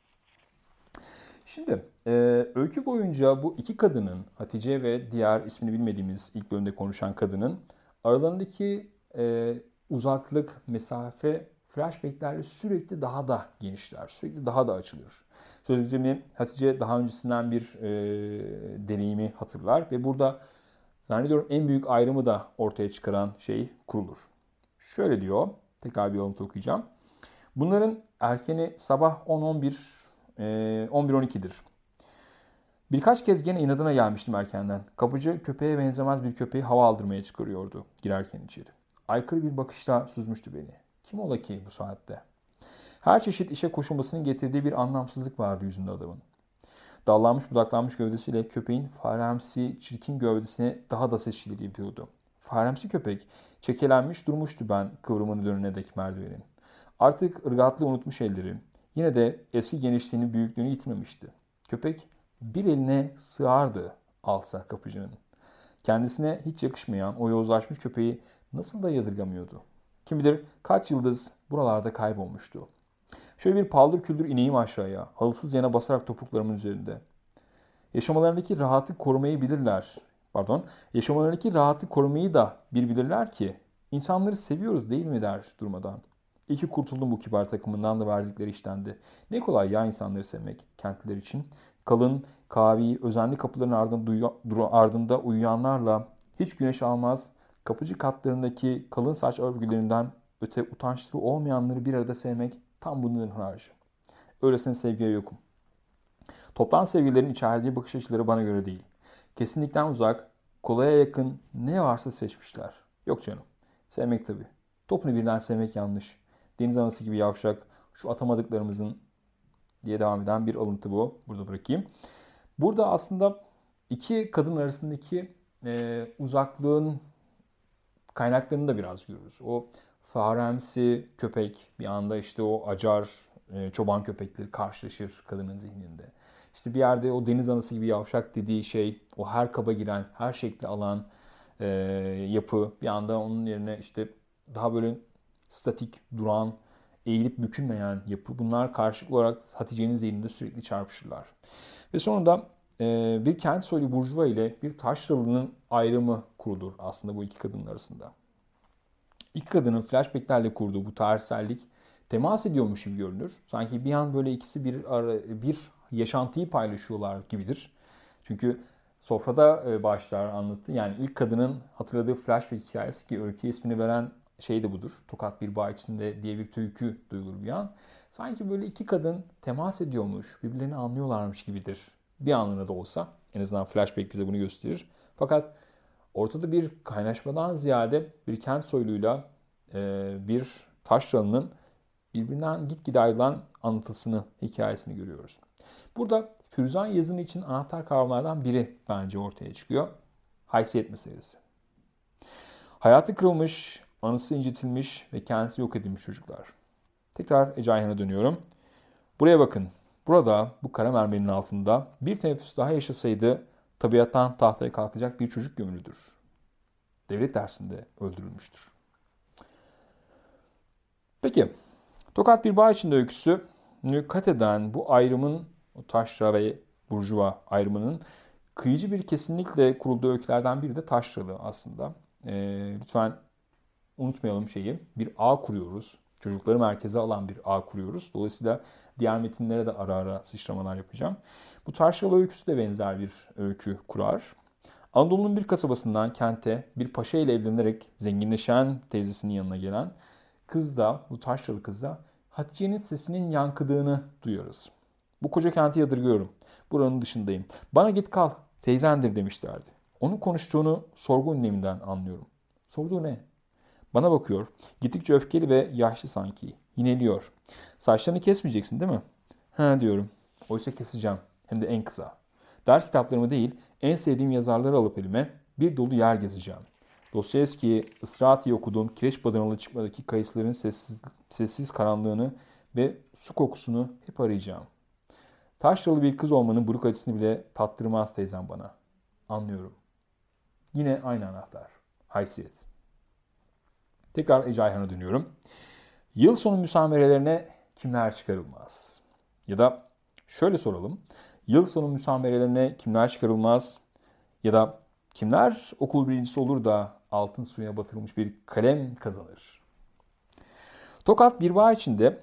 Şimdi e, öykü boyunca bu iki kadının, Hatice ve diğer ismini bilmediğimiz ilk bölümde konuşan kadının aralarındaki e, uzaklık, mesafe flashbacklerle sürekli daha da genişler, sürekli daha da açılıyor. Sözlüklerimi Hatice daha öncesinden bir e, deneyimi hatırlar ve burada zannediyorum en büyük ayrımı da ortaya çıkaran şey kurulur. Şöyle diyor, tekrar bir alıntı okuyacağım. Bunların erkeni sabah on on bir, on bir on ikidir. Birkaç kez gene inadına gelmiştim erkenden. Kapıcı köpeğe benzemez bir köpeği hava aldırmaya çıkarıyordu girerken içeri. Aykırı bir bakışla süzmüştü beni. Kim ola ki bu saatte? Her çeşit işe koşulmasının getirdiği bir anlamsızlık vardı yüzünde adamın. Dallanmış budaklanmış gövdesiyle köpeğin faremsi çirkin gövdesine daha da seçili yapıyordu. Faremsi köpek çekelenmiş durmuştu ben kıvrımını dönene dek merdivenin. Artık ırgatlı unutmuş elleri. Yine de eski genişliğini büyüklüğünü yitirmemişti. Köpek bir eline sığardı alsa kapıcının. Kendisine hiç yakışmayan o yozlaşmış köpeği nasıl da yadırgamıyordu. Kim bilir kaç yıldız buralarda kaybolmuştu. Şöyle bir paldır küldür ineyim aşağıya, halısız yana basarak topuklarımın üzerinde. Yaşamalarındaki rahatı korumayı bilirler. Pardon, yaşamalarındaki rahatı korumayı da bir bilirler ki, insanları seviyoruz değil mi der durmadan. İyi ki kurtuldum bu kibar takımından da verdikleri iştendi. Ne kolay ya insanları sevmek kentliler için. Kalın, kavi, özenli kapıların ardında, ardında uyuyanlarla hiç güneş almaz, kapıcı katlarındaki kalın saç örgülerinden öte utançlı olmayanları bir arada sevmek tam bunun harcı. Öylesine sevgiye yokum. Toplam sevgilerin içerdiği bakış açıları bana göre değil. Kesinlikten uzak, kolaya yakın ne varsa seçmişler. Yok canım. Sevmek tabii. Topunu birden sevmek yanlış. Deniz anası gibi yavşak, şu atamadıklarımızın diye devam eden bir alıntı bu. Burada bırakayım. Burada aslında iki kadın arasındaki e, uzaklığın kaynaklarını da biraz görürüz. O faremsi köpek bir anda işte o acar e, çoban köpekleri karşılaşır kadının zihninde. İşte bir yerde o deniz anası gibi yavşak dediği şey, o her kaba giren, her şekli alan e, yapı bir anda onun yerine işte daha böyle statik, duran, eğilip bükülmeyen yapı. Bunlar karşılıklı olarak Hatice'nin zihninde sürekli çarpışırlar. Ve sonunda e, bir kent soylu burjuva ile bir taşralının ayrımı kurulur aslında bu iki kadının arasında. İki kadının flashbacklerle kurduğu bu tarihsellik temas ediyormuş gibi görünür. Sanki bir an böyle ikisi bir bir yaşantıyı paylaşıyorlar gibidir. Çünkü sofrada başlar anlattı. Yani ilk kadının hatırladığı flashback hikayesi ki öyküye ismini veren şey de budur. Tokat bir bağ içinde diye bir türkü duyulur bir an. Sanki böyle iki kadın temas ediyormuş, birbirlerini anlıyorlarmış gibidir. Bir anlığına da olsa. En azından flashback bize bunu gösterir. Fakat ortada bir kaynaşmadan ziyade bir kent soyluyla e, bir taşralının birbirinden gitgide ayrılan anlatısını, hikayesini görüyoruz. Burada Firuzan yazını için anahtar kavramlardan biri bence ortaya çıkıyor. Haysiyet meselesi. Hayatı kırılmış, anısı incitilmiş ve kendisi yok edilmiş çocuklar. Tekrar Ece Ayhan'a dönüyorum. Buraya bakın. Burada bu kara mermerinin altında bir teneffüs daha yaşasaydı tabiattan tahtaya kalkacak bir çocuk gömülüdür. Devlet dersinde öldürülmüştür. Peki, Tokat bir bağ içinde öyküsü kat eden bu ayrımın, o taşra ve burjuva ayrımının kıyıcı bir kesinlikle kurulduğu öykülerden biri de taşralı aslında. E, lütfen unutmayalım şeyi. Bir ağ kuruyoruz. Çocukları merkeze alan bir ağ kuruyoruz. Dolayısıyla diğer metinlere de ara ara sıçramalar yapacağım. Bu taşralı öyküsü de benzer bir öykü kurar. Anadolu'nun bir kasabasından kente bir paşa ile evlenerek zenginleşen teyzesinin yanına gelen kız da, bu taşralı kız da Hatice'nin sesinin yankıdığını duyuyoruz. Bu koca kenti yadırgıyorum. Buranın dışındayım. Bana git kal, teyzendir demişlerdi. Onun konuştuğunu sorgu ünleminden anlıyorum. Sorduğu ne? Bana bakıyor. Gittikçe öfkeli ve yaşlı sanki. Yineliyor. Saçlarını kesmeyeceksin değil mi? Ha diyorum. Oysa keseceğim. Hem de en kısa. Ders kitaplarımı değil, en sevdiğim yazarları alıp elime bir dolu yer gezeceğim. Dostoyevski'yi ısrarla okuduğum kireç badanalı çıkmadaki kayısıların sessiz, sessiz karanlığını ve su kokusunu hep arayacağım. Taşralı bir kız olmanın buruk acısını bile tattırmaz teyzem bana. Anlıyorum. Yine aynı anahtar. Haysiyet. Tekrar Ece Ayhan'a dönüyorum. Yıl sonu müsamerelerine kimler çıkarılmaz? Ya da şöyle soralım. Yıl sonu müsamerelerine kimler çıkarılmaz? Ya da kimler okul birincisi olur da altın suya batırılmış bir kalem kazanır? Tokat bir bağ içinde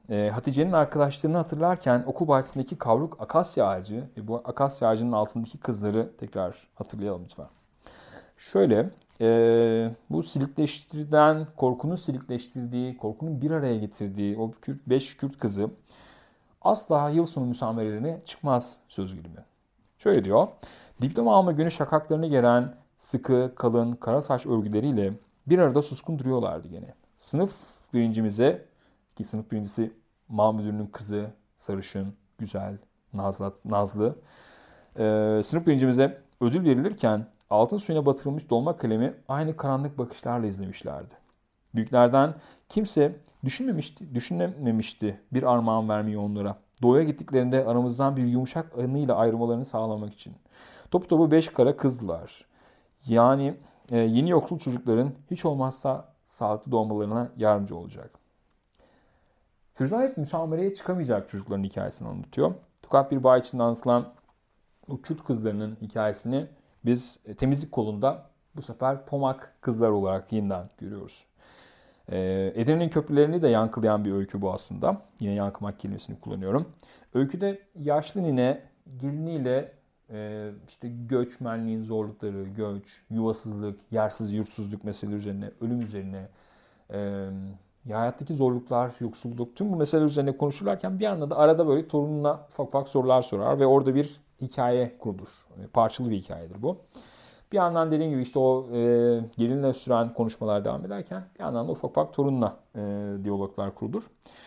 e, Hatice'nin arkadaşlarını hatırlarken okul bahçesindeki kavruk akasya ağacı ve bu akasya ağacının altındaki kızları tekrar hatırlayalım lütfen. Şöyle, e, bu silikleştirilen, korkunun silikleştirdiği, korkunun bir araya getirdiği o Kürt, beş Kürt kızı asla yıl sonu müsamerelerine çıkmaz söz gelimi. Şöyle diyor, diploma alma günü şakaklarını geren sıkı, kalın, kara saç örgüleriyle bir arada suskun duruyorlardı gene. Sınıf birincimize, ki sınıf birincisi mal müdürünün kızı, sarışın, güzel, nazlı, nazlı. Ee, sınıf birincimize ödül verilirken altın suyuna batırılmış dolma kalemi aynı karanlık bakışlarla izlemişlerdi. Büyüklerden kimse düşünmemişti, düşünememişti bir armağan vermeyi onlara. Doğuya gittiklerinde aramızdan bir yumuşak anıyla ayrılmalarını sağlamak için. Topu topu beş kara kızdılar. Yani e, yeni yoksul çocukların hiç olmazsa sağlıklı doğmalarına yardımcı olacak. Firuzan hep müsamereye çıkamayacak çocukların hikayesini anlatıyor. Tokat bir bağ içinde anlatılan o Kürt kızlarının hikayesini biz e, temizlik kolunda bu sefer Pomak kızlar olarak yeniden görüyoruz. Ee, Edirne'nin köprülerini de yankılayan bir öykü bu aslında. Yine yankımak kelimesini kullanıyorum. Öyküde yaşlı nine geliniyle e, işte göçmenliğin zorlukları, göç, yuvasızlık, yersiz yurtsuzluk meseleleri üzerine, ölüm üzerine, e, hayattaki zorluklar, yoksulluk, tüm bu meseleler üzerine konuşurlarken bir anda da arada böyle torununa ufak ufak sorular sorar ve orada bir hikaye kurulur. Parçalı bir hikayedir bu. Bir yandan dediğim gibi işte o e, gelinle süren konuşmalar devam ederken bir yandan da ufak ufak torunla e, diyaloglar kurulur.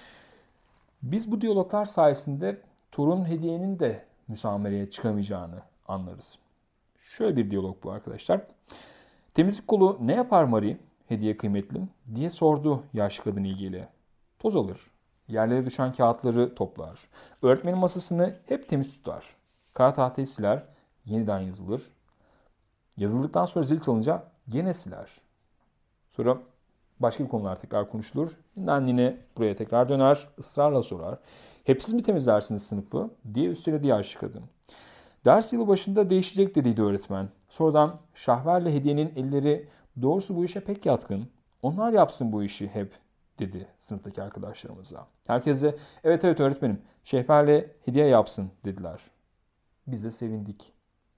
Biz bu diyaloglar sayesinde torun hediyenin de müsamereye çıkamayacağını anlarız. Şöyle bir diyalog bu arkadaşlar. Temizlik kolu ne yapar Marie, hediye kıymetlim diye sordu yaşlı kadın ilgiyle. Toz alır, yerlere düşen kağıtları toplar, öğretmenin masasını hep temiz tutar, kara tahtayı siler, yeniden yazılır. Yazıldıktan sonra zil çalınca gene siler. Sonra başka bir konular tekrar konuşulur. Yeniden yine buraya tekrar döner, ısrarla sorar. Hep siz mi temizlersiniz sınıfı diye üsteledi yaşlı kadın. Ders yılı başında değişecek dediydi öğretmen. Sonradan Şahver'le Hediye'nin elleri doğrusu bu işe pek yatkın. Onlar yapsın bu işi hep dedi sınıftaki arkadaşlarımıza. Herkes de evet evet öğretmenim Şahver'le Hediye yapsın dediler. Biz de sevindik.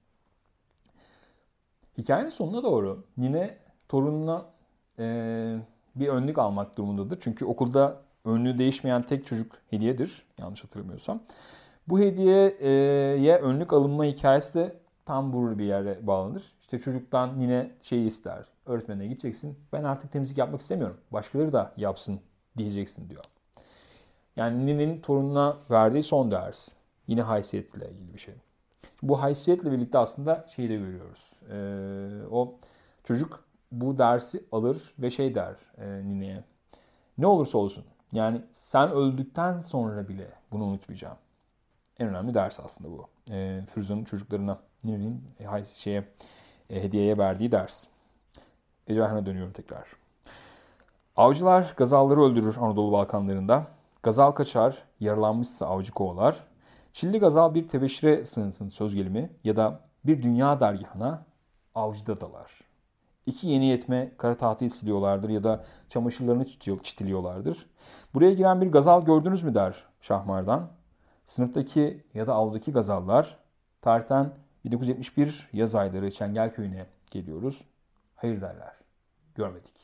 Hikayenin sonuna doğru Nine torununa e, bir önlük almak durumundadır. Çünkü okulda önlüğü değişmeyen tek çocuk Hediye'dir. Yanlış hatırlamıyorsam. Bu hediyeye önlük alınma hikayesi de tam burada bir yere bağlanır. İşte çocuktan Nine şeyi ister. Öğretmenine gideceksin. Ben artık temizlik yapmak istemiyorum. Başkaları da yapsın diyeceksin diyor. Yani Nine'nin torununa verdiği son ders. Yine haysiyetle ilgili bir şey. Bu haysiyetle birlikte aslında şeyi de görüyoruz. Ee, o çocuk bu dersi alır ve şey der e, Nine'ye. Ne olursa olsun. Yani sen öldükten sonra bile bunu unutmayacağım. En önemli ders aslında bu. E, Firuzan'ın çocuklarına Nine'nin e, şeye e, hediyeye verdiği ders. Ecevher'e dönüyorum tekrar. Avcılar gazalları öldürür Anadolu Balkanlarında. Gazal kaçar, yaralanmışsa avcı kovalar. Çilli gazal bir tebeşire sığınsın söz gelimi ya da bir dünya dergahına avcıda dalar. İki yeni yetme kara tahtayı siliyorlardır ya da çamaşırlarını çitiliyorlardır. Buraya giren bir gazal gördünüz mü der Şahmardan. Sınıftaki ya da avdaki gazallar tarihten bin dokuz yüz yetmiş bir yaz ayları Çengelköy'üne geliyoruz. Hayır derler. Görmedik.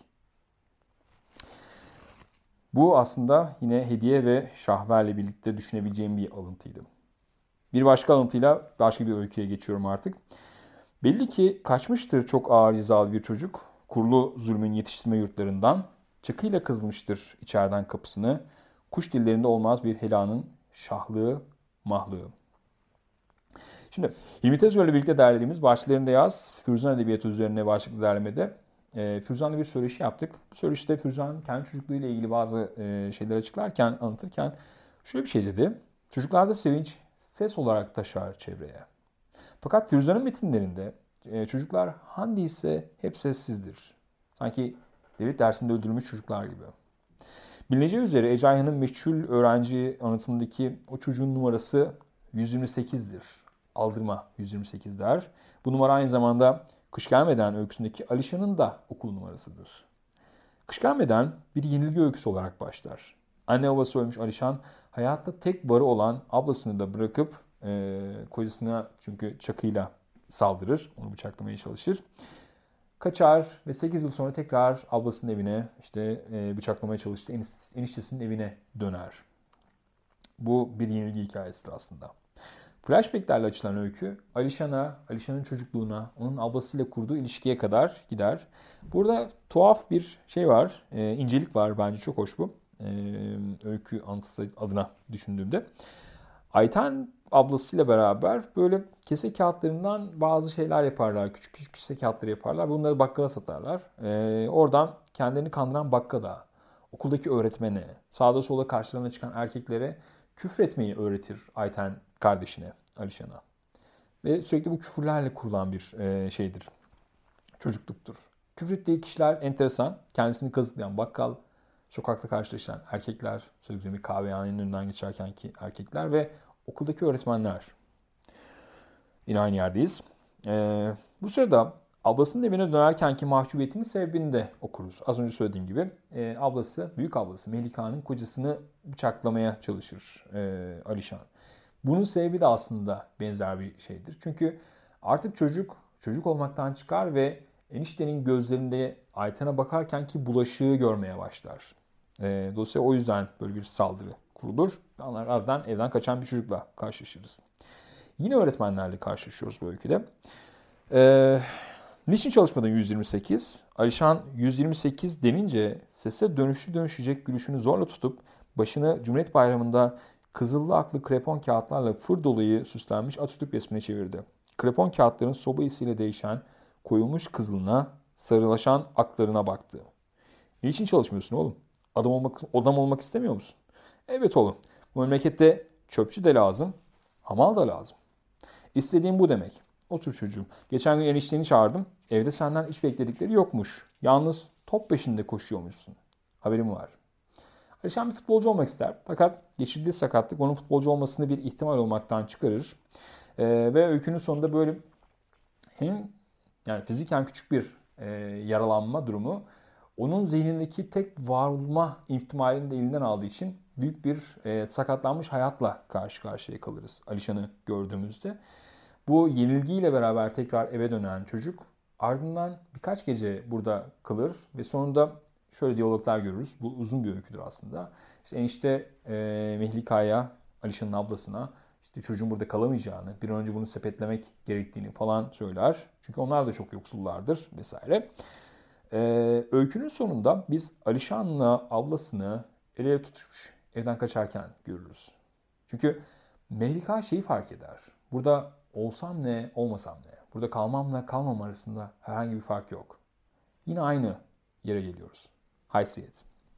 Bu aslında yine Hediye ve Şahver'le birlikte düşünebileceğim bir alıntıydı. Bir başka alıntıyla başka bir öyküye geçiyorum artık. Belli ki kaçmıştır çok ağır cezalı bir çocuk. Kurlu zulmün yetiştirme yurtlarından. Çakıyla kızmıştır içeriden kapısını. Kuş dillerinde olmaz bir helanın şahlığı, mahlığı. Şimdi Hilmi Tezgör'le birlikte derlediğimiz Bahçelerinde Yaz, Firuzan Edebiyatı üzerine başlıklı derlemede e, Firuzan'la bir söyleşi yaptık. Bu söyleşide Firuzan kendi çocukluğuyla ilgili bazı e, şeyler açıklarken, anlatırken şöyle bir şey dedi. Çocuklarda sevinç ses olarak taşar çevreye. Fakat Firuzan'ın metinlerinde e, çocuklar handi ise hep sessizdir. Sanki devlet dersinde öldürülmüş çocuklar gibi. Bilineceği üzere Ece Ayhan'ın meçhul öğrenci anıtındaki o çocuğun numarası yüz yirmi sekizdir. Aldırma yüz yirmi sekiz der. Bu numara aynı zamanda Kış Gelmeden öyküsündeki Alişan'ın da okul numarasıdır. Kış Gelmeden bir yenilgi öyküsü olarak başlar. Anne babası ölmüş Alişan hayatta tek varı olan ablasını da bırakıp e, kocasına çünkü çakıyla saldırır. Onu bıçaklamaya çalışır. Kaçar ve sekiz yıl sonra tekrar ablasının evine işte e, bıçaklamaya çalıştığı eniştesinin evine döner. Bu bir yenilgi hikayesidir aslında. Flashback'lerle açılan öykü Alişan'a, Alişan'ın çocukluğuna, onun ablasıyla kurduğu ilişkiye kadar gider. Burada tuhaf bir şey var, e, incelik var. Bence çok hoş bu. E, öykü anlatısı adına düşündüğümde. Ayten ablasıyla beraber böyle kese kağıtlarından bazı şeyler yaparlar. Küçük küçük kese kağıtları yaparlar. Bunları bakkala satarlar. E, oradan kendilerini kandıran bakkala, okuldaki öğretmene, sağda solda karşılarına çıkan erkeklere küfretmeyi öğretir Ayten kardeşine, Alişan'a. Ve sürekli bu küfürlerle kurulan bir e, şeydir, çocukluktur. Küfrettiği kişiler enteresan. Kendisini kazıklayan bakkal, sokakta karşılaşan erkekler, sözlüğüm bir kahvehanenin önünden geçerkenki erkekler ve okuldaki öğretmenler. Yine aynı yerdeyiz. E, bu sırada ablasının evine dönerkenki mahcubiyetinin sebebini de okuruz. Az önce söylediğim gibi e, ablası, büyük ablası Melika'nın kocasını bıçaklamaya çalışır e, Alişan. Bunun sebebi de aslında benzer bir şeydir. Çünkü artık çocuk çocuk olmaktan çıkar ve eniştenin gözlerinde Ayten'e bakarken ki bulaşığı görmeye başlar. E, dolayısıyla o yüzden böyle bir saldırı kurulur. Onlar aradan evden kaçan bir çocukla karşılaşırız. Yine öğretmenlerle karşılaşıyoruz bu öyküde. Ee, niçin çalışmadın yüz yirmi sekiz? Alişan yüz yirmi sekiz denince sese dönüşü dönüşecek gülüşünü zorla tutup başını Cumhuriyet Bayramı'nda kızıllı aklı krepon kağıtlarla fır dolayı süslenmiş Atatürk resmine çevirdi. Krepon kağıtların soba isiyle değişen koyulmuş kızılına, sarılaşan aklarına baktı. Niçin çalışmıyorsun oğlum? Adam olmak, adam olmak istemiyor musun? Evet oğlum. Bu memlekette çöpçü de lazım, hamal da lazım. İstediğim bu demek. Otur çocuğum. Geçen gün enişteni çağırdım. Evde senden hiç bekledikleri yokmuş. Yalnız top peşinde koşuyormuşsun. Haberim var. Alişan bir futbolcu olmak ister. Fakat geçirdiği sakatlık onun futbolcu olmasını bir ihtimal olmaktan çıkarır. Ee, ve öykünün sonunda böyle hem yani fiziken küçük bir e, yaralanma durumu onun zihnindeki tek var olma ihtimalini de elinden aldığı için büyük bir e, sakatlanmış hayatla karşı karşıya kalırız Alişan'ı gördüğümüzde. Bu yenilgiyle beraber tekrar eve dönen çocuk ardından birkaç gece burada kalır ve sonunda şöyle diyaloglar görürüz. Bu uzun bir öyküdür aslında. İşte enişte e, Mehlika'ya, Alişan'ın ablasına işte çocuğun burada kalamayacağını, bir an önce bunu sepetlemek gerektiğini falan söyler. Çünkü onlar da çok yoksullardır vesaire. E, öykünün sonunda biz Alişan'la ablasını el ele tutuşmuş evden kaçarken görürüz. Çünkü Mehlika şeyi fark eder. Burada olsam ne, olmasam ne? Burada kalmamla kalmam arasında herhangi bir fark yok. Yine aynı yere geliyoruz. Haysiyet.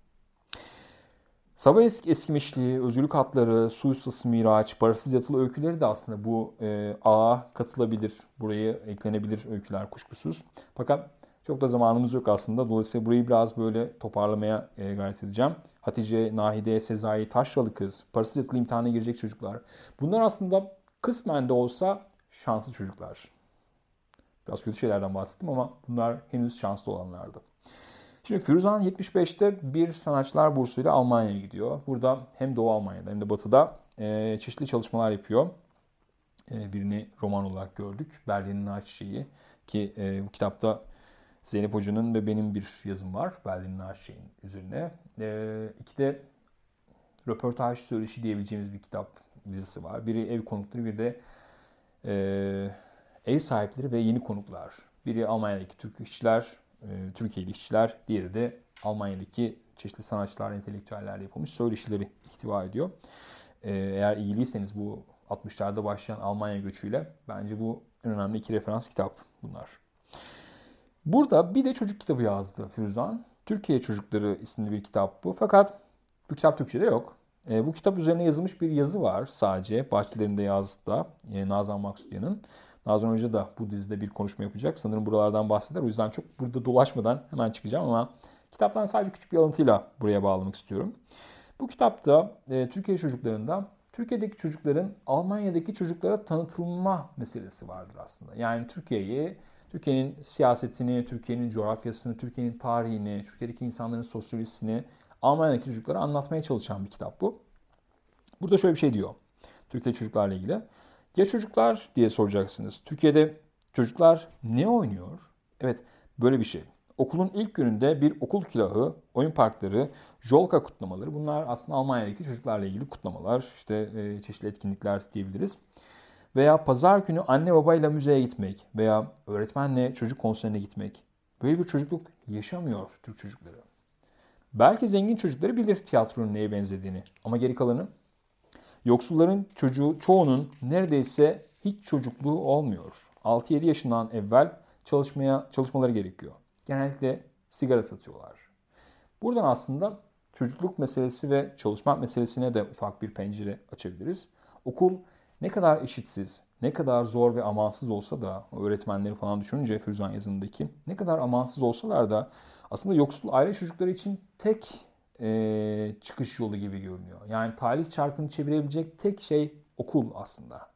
Sabah eski eskimişliği, özgürlük hatları, su ustası Miraç, parasız yatılı öyküleri de aslında bu e, ağa katılabilir. Buraya eklenebilir öyküler kuşkusuz. Fakat çok da zamanımız yok aslında. Dolayısıyla burayı biraz böyle toparlamaya e, gayret edeceğim. Hatice, Nahide, Sezai, Taşralı Kız, parasız yatılı imtihana girecek çocuklar. Bunlar aslında kısmen de olsa şanslı çocuklar. Biraz kötü şeylerden bahsettim ama bunlar henüz şanslı olanlardı. Şimdi Firuzan yetmiş beşte bir sanatçılar bursuyla Almanya'ya gidiyor. Burada hem Doğu Almanya'da hem de Batı'da e, çeşitli çalışmalar yapıyor. E, birini roman olarak gördük. Berlin'in Nar Çiçeği ki e, bu kitapta Zeynep Hoca'nın ve benim bir yazım var. Berlin'in Nar Çiçeği'nin üzerine. E, iki de röportaj söyleşi diyebileceğimiz bir kitap dizisi var. Biri ev konukları, bir de e, ev sahipleri ve yeni konuklar. Biri Almanya'daki Türk işçiler, e, Türkiye'li işçiler. Diğeri de Almanya'daki çeşitli sanatçılar, entelektüellerle yapılmış söyleşileri ihtiva ediyor. E, eğer ilgiliyseniz bu altmışlarda başlayan Almanya göçüyle bence bu en önemli iki referans kitap bunlar. Burada bir de çocuk kitabı yazdı Firuzan. Türkiye Çocukları isimli bir kitap bu. Fakat bu kitap Türkçe'de yok. E, bu kitap üzerine yazılmış bir yazı var sadece. Bahçelerinde Yaz'da e, Nazan Maksudia'nın. Nazan Hoca da bu dizide bir konuşma yapacak. Sanırım buralardan bahseder. O yüzden çok burada dolaşmadan hemen çıkacağım ama kitaptan sadece küçük bir alıntıyla buraya bağlamak istiyorum. Bu kitapta e, Türkiye çocuklarında Türkiye'deki çocukların Almanya'daki çocuklara tanıtılma meselesi vardır aslında. Yani Türkiye'yi, Türkiye'nin siyasetini, Türkiye'nin coğrafyasını, Türkiye'nin tarihini, Türkiye'deki insanların sosyolojisini Almanya'daki çocuklara anlatmaya çalışan bir kitap bu. Burada şöyle bir şey diyor Türkiye çocuklarla ilgili. Ya çocuklar diye soracaksınız. Türkiye'de çocuklar ne oynuyor? Evet, böyle bir şey. Okulun ilk gününde bir okul külahı, oyun parkları, jolka kutlamaları. Bunlar aslında Almanya'daki çocuklarla ilgili kutlamalar. İşte e, çeşitli etkinlikler diyebiliriz. Veya pazar günü anne babayla müzeye gitmek veya öğretmenle çocuk konserine gitmek. Böyle bir çocukluk yaşamıyor Türk çocukları. Belki zengin çocukları bilir tiyatronun neye benzediğini. Ama geri kalanı, yoksulların çocuğu çoğunun neredeyse hiç çocukluğu olmuyor. altı yedi yaşından evvel çalışmaya çalışmaları gerekiyor. Genellikle sigara satıyorlar. Buradan aslında çocukluk meselesi ve çalışmak meselesine de ufak bir pencere açabiliriz. Okul ne kadar eşitsiz, ne kadar zor ve amansız olsa da, öğretmenleri falan düşününce Firuzan yazınındaki, ne kadar amansız olsalar da aslında yoksul aile çocukları için tek e, çıkış yolu gibi görünüyor. Yani talih çarkını çevirebilecek tek şey okul aslında.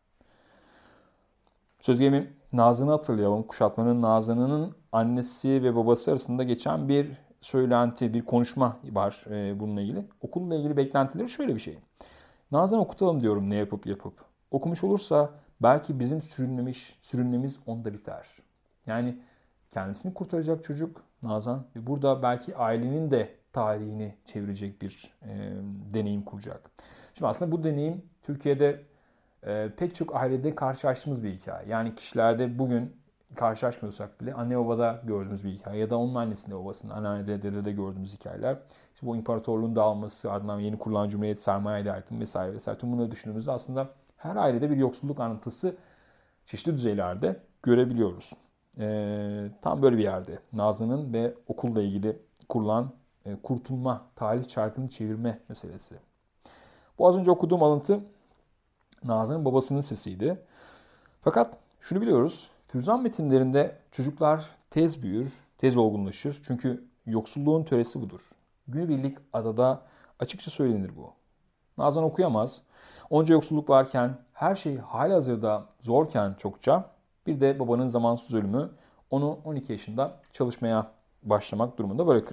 Söz gelimi Nazan'ı hatırlayalım. Kuşatmanın Nazan'ın annesi ve babası arasında geçen bir söylenti, bir konuşma var e, bununla ilgili. Okulla ilgili beklentileri şöyle bir şey. Nazan okutalım diyorum ne yapıp yapıp. Okumuş olursa belki bizim sürünmemiş, sürünmemiz onda biter. Yani kendisini kurtaracak çocuk Nazan ve burada belki ailenin de tarihini çevirecek bir e, deneyim kuracak. Şimdi aslında bu deneyim Türkiye'de e, pek çok ailede karşılaştığımız bir hikaye. Yani kişilerde bugün karşılaşmıyorsak bile anne babada gördüğümüz bir hikaye ya da onun annesinde babasında, anneannede, dedede gördüğümüz hikayeler. İşte bu imparatorluğun dağılması, ardından yeni kurulan cumhuriyet, sermaye dağıtımı vesaire vesaire. Tüm bunları düşündüğümüzde aslında her ailede bir yoksulluk anlatısı çeşitli düzeylerde görebiliyoruz. Ee, tam böyle bir yerde Nazlı'nın ve okulla ilgili kurulan e, kurtulma, talih çarkını çevirme meselesi. Bu az önce okuduğum alıntı Nazlı'nın babasının sesiydi. Fakat şunu biliyoruz, Firuzan metinlerinde çocuklar tez büyür, tez olgunlaşır. Çünkü yoksulluğun töresi budur. Günübirlik adada açıkça söylenir bu. Nazan okuyamaz. Onca yoksulluk varken, her şey halihazırda zorken çokça, bir de babanın zamansız ölümü onu on iki yaşında çalışmaya başlamak durumunda bırakır.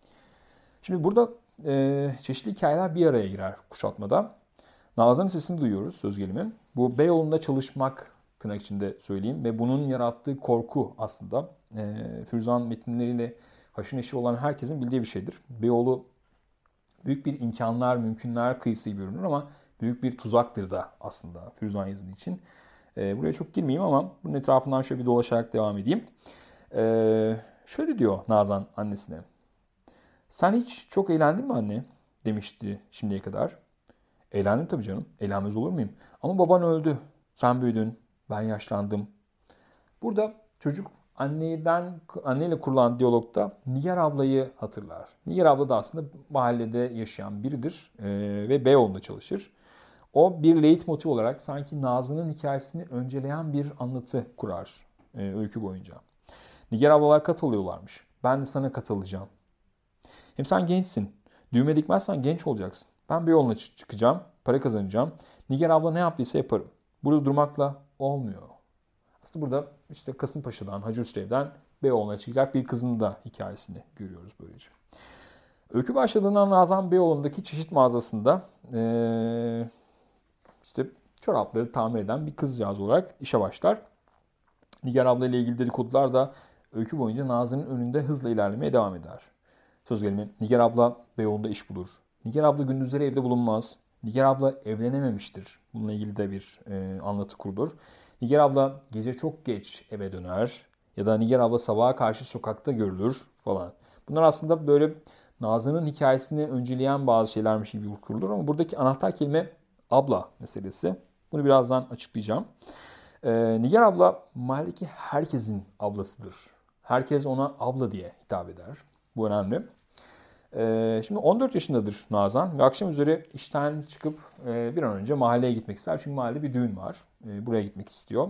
Şimdi burada e, çeşitli hikayeler bir araya girer kuşatmada. Nazan'ın sesini duyuyoruz, söz gelimi. Bu Beyoğlu'nda çalışmak, tırnak içinde söyleyeyim, ve bunun yarattığı korku aslında e, Firuzan metinleriyle haşır neşir olan herkesin bildiği bir şeydir. Beyoğlu büyük bir imkanlar, mümkünler kıyısı gibi görünür ama büyük bir tuzaktır da aslında Firuzan yazını için. E, buraya çok girmeyeyim ama bunun etrafından şöyle bir dolaşarak devam edeyim. E, şöyle diyor Nazan annesine. Sen hiç çok eğlendin mi anne? Demişti şimdiye kadar. Eğlendim tabii canım. Eğlenmez olur muyum? Ama baban öldü. Sen büyüdün. Ben yaşlandım. Burada çocuk anneden anneyle kurulan diyalogda Nigar ablayı hatırlar. Nigar abla da aslında mahallede yaşayan biridir ee, ve Beyoğlu'nda çalışır. O bir leitmotiv olarak sanki Nazlı'nın hikayesini önceleyen bir anlatı kurar e, öykü boyunca. Nigar ablalar katılıyorlarmış. Ben de sana katılacağım. Hem sen gençsin. Düğme dikmezsen genç olacaksın. Ben Beyoğlu'na çıkacağım, para kazanacağım. Nigar abla ne yaptıysa yaparım. Burada durmakla olmuyor. Aslında burada işte Kasımpaşa'dan, Hacı Hüsrev'den Beyoğlu'na çıkacak bir kızın da hikayesini görüyoruz böylece. Öykü başladığından Nazan Beyoğlu'ndaki çeşit mağazasında ee, işte çorapları tamir eden bir kızcağız olarak işe başlar. Nigar abla ile ilgili dedikodular da öykü boyunca Nazan'ın önünde hızla ilerlemeye devam eder. Söz gelimi Nigar abla Beyoğlu'nda iş bulur. Nigar abla gündüzleri evde bulunmaz. Nigar abla evlenememiştir. Bununla ilgili de bir e, anlatı kurulur. Nigar abla gece çok geç eve döner. Ya da Nigar abla sabaha karşı sokakta görülür falan. Bunlar aslında böyle Nazan'ın hikayesini önceleyen bazı şeylermiş gibi kurulur. Ama buradaki anahtar kelime abla meselesi. Bunu birazdan açıklayacağım. E, Nigar abla mahalledeki herkesin ablasıdır. Herkes ona abla diye hitap eder. Bu önemli. Ee, şimdi on dört yaşındadır Nazan ve akşam üzeri işten çıkıp e, bir an önce mahalleye gitmek ister. Çünkü mahallede bir düğün var. E, buraya gitmek istiyor.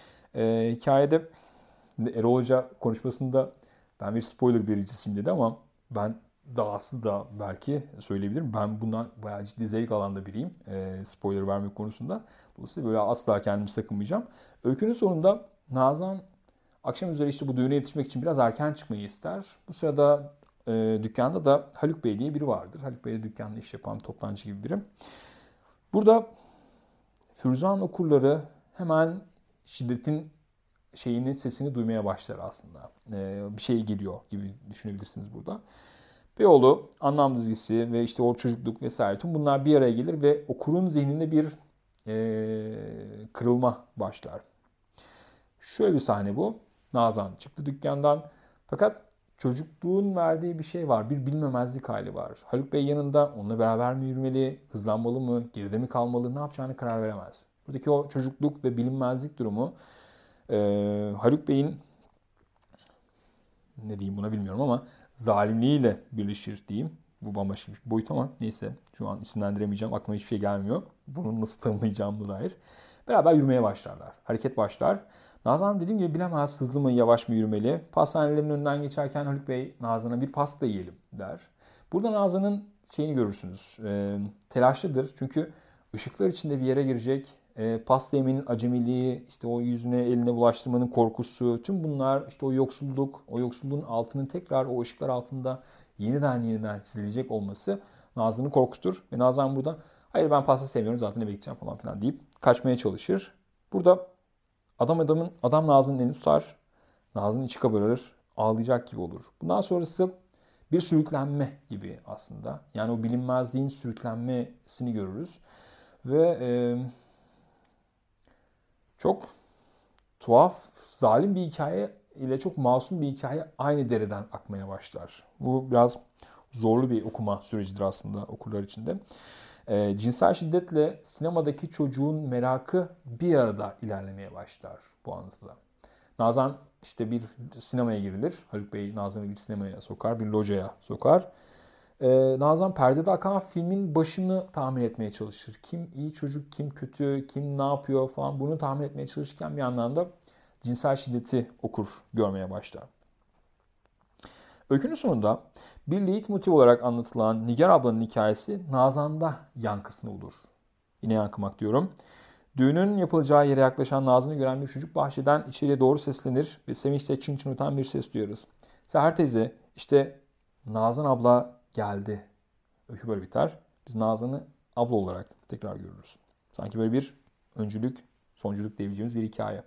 E, hikayede Erol Hoca konuşmasında ben bir spoiler vericisiyim dedi ama ben dahası da belki söyleyebilirim. Ben bundan bayağı ciddi zevk alan da biriyim. E, spoiler vermek konusunda. Dolayısıyla böyle asla kendimi sakınmayacağım. Öykünün sonunda Nazan akşam üzeri işte bu düğüne yetişmek için biraz erken çıkmayı ister. Bu sırada e, dükkanda da Haluk Bey diye biri vardır. Haluk Bey de dükkanda iş yapan toptancı gibi biri. Burada Firuzan okurları hemen şiddetin şeyini, sesini duymaya başlar aslında. Ee, bir şey geliyor gibi düşünebilirsiniz burada. Beyoğlu, anlam dizgisi ve işte o çocukluk vesaire tüm bunlar bir araya gelir ve okurun zihninde bir e, kırılma başlar. Şöyle bir sahne bu. Nazan çıktı dükkandan. Fakat çocukluğun verdiği bir şey var. Bir bilmemezlik hali var. Haluk Bey yanında, onunla beraber mi yürümeli, hızlanmalı mı, geride mi kalmalı, ne yapacağını karar veremez. Buradaki o çocukluk ve bilinmezlik durumu e, Haluk Bey'in ne diyeyim buna bilmiyorum ama zalimliğiyle birleşir diyeyim. Bu bambaşka bir boyut ama neyse şu an isimlendiremeyeceğim. Aklıma hiçbir şey gelmiyor. Bunu nasıl tanımlayacağımla dair. Beraber yürümeye başlarlar. Hareket başlar. Nazan dediğim gibi bilemez hızlı mı yavaş mı yürümeli. Pastanelerin önünden geçerken Haluk Bey Nazan'a bir pasta yiyelim der. Burada Nazan'ın şeyini görürsünüz. E, telaşlıdır. Çünkü ışıklar içinde bir yere girecek. E, pasta yemenin acemiliği, işte o yüzüne eline bulaştırmanın korkusu, tüm bunlar işte o yoksulluk, o yoksulluğun altının tekrar o ışıklar altında yeniden yeniden çizilecek olması Nazan'ı korkutur. Ve Nazan burada hayır ben pasta sevmiyorum zaten eve gideceğim falan filan deyip kaçmaya çalışır. Burada adam adamın adam Nazan'ın elini tutar. Nazan'ın içi kabarır. Ağlayacak gibi olur. Bundan sonrası bir sürüklenme gibi aslında. Yani o bilinmezliğin sürüklenmesini görürüz. Ve e, çok tuhaf, zalim bir hikaye ile çok masum bir hikaye aynı dereden akmaya başlar. Bu biraz zorlu bir okuma sürecidir aslında okurlar için de. E, cinsel şiddetle sinemadaki çocuğun merakı bir arada ilerlemeye başlar bu anlatıda. Nazan işte bir sinemaya girilir. Haluk Bey Nazan'ı bir sinemaya sokar, bir locaya sokar. Ee, Nazan perdede akan filmin başını tahmin etmeye çalışır. Kim iyi çocuk, kim kötü, kim ne yapıyor falan bunu tahmin etmeye çalışırken bir yandan da cinsel şiddeti okur görmeye başlar. Öykünün sonunda bir leitmotiv olarak anlatılan Nigar ablanın hikayesi Nazan'da yankısını bulur. Yine yankımak diyorum. Düğünün yapılacağı yere yaklaşan Nazan'ı gören bir çocuk bahçeden içeriye doğru seslenir ve sevinçle çın çın öten bir ses duyarız. Seher teyze işte Nazan abla geldi. Öykü böyle biter. Biz Nazan'ı abla olarak tekrar görürüz. Sanki böyle bir öncülük, sonculuk diyebileceğimiz bir hikaye.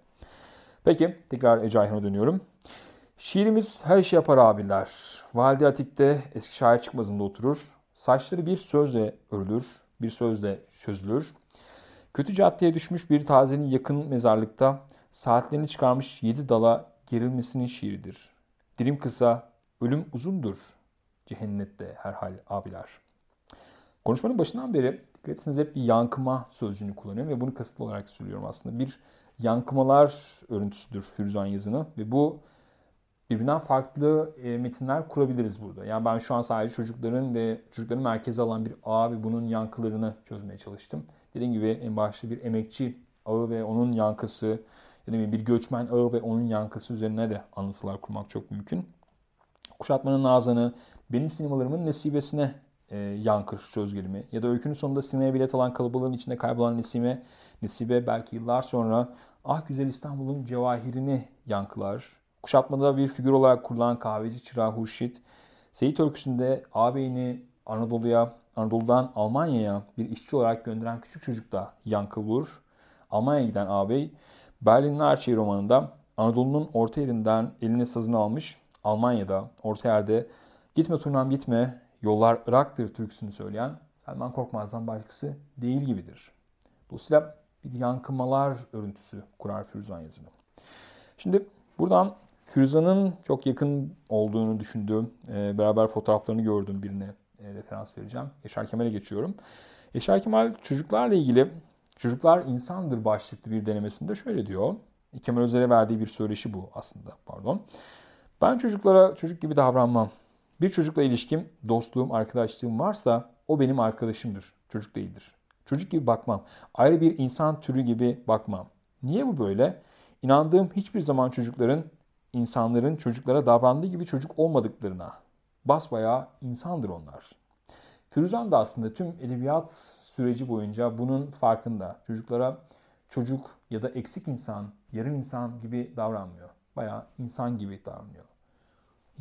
Peki tekrar Ece Ayhan'a dönüyorum. Şiirimiz her işi yapar abiler. Valide Atik'te eski şair çıkmazında oturur. Saçları bir sözle örülür, bir sözle çözülür. Kötü caddeye düşmüş bir tazenin yakın mezarlıkta saatlerini çıkarmış yedi dala gerilmesinin şiiridir. Dilim kısa, ölüm uzundur. Cehennette herhal abiler. Konuşmanın başından beri dikkat etseniz hep bir yankıma sözcüğünü kullanıyorum ve bunu kasıtlı olarak söylüyorum aslında. Bir yankımalar örüntüsüdür Firuzan yazını ve bu birbirinden farklı e, metinler kurabiliriz burada. Yani ben şu an sadece çocukların ve çocukların merkeze alan bir ağ ve bunun yankılarını çözmeye çalıştım. Dediğim gibi en başta bir emekçi ağı ve onun yankısı, yani bir göçmen ağı ve onun yankısı üzerine de anlatılar kurmak çok mümkün. Kuşatmanın Nazan'ı, benim sinemalarımın Nesibe'sine e, yankır söz gelimi. Ya da öykünün sonunda sinemaya bilet alan kalabalığın içinde kaybolan Nesime, Nesibe belki yıllar sonra ah güzel İstanbul'un cevahirini yankılar. Kuşatmada bir figür olarak kurulan kahveci çırağı Hurşit, Seyit Öyküsü'nde ağabeyini Anadolu'ya, Anadolu'dan Almanya'ya bir işçi olarak gönderen küçük çocuk da yankı bulur. Almanya'ya giden ağabey, Berlin'in Archie romanında Anadolu'nun orta yerinden eline sazını almış, Almanya'da, orta yerde gitme turnam gitme, yollar Irak'tır türküsünü söyleyen Selman Korkmaz'dan başkası değil gibidir. Dolayısıyla bir yankımalar örüntüsü kurar Firuzan yazını. Şimdi buradan Firuzan'ın çok yakın olduğunu düşündüğüm, beraber fotoğraflarını gördüğüm birine referans vereceğim. Yaşar Kemal'e geçiyorum. Yaşar Kemal çocuklarla ilgili, çocuklar insandır başlıklı bir denemesinde şöyle diyor. Kemal Özer'e verdiği bir söyleşi bu aslında, pardon. Ben çocuklara çocuk gibi davranmam. Bir çocukla ilişkim, dostluğum, arkadaşlığım varsa o benim arkadaşımdır. Çocuk değildir. Çocuk gibi bakmam. Ayrı bir insan türü gibi bakmam. Niye bu böyle? İnandığım hiçbir zaman çocukların, insanların çocuklara davrandığı gibi çocuk olmadıklarına. Basbayağı insandır onlar. Firuzan da aslında tüm edebiyat süreci boyunca bunun farkında. Çocuklara çocuk ya da eksik insan, yarım insan gibi davranmıyor. Bayağı insan gibi davranıyor.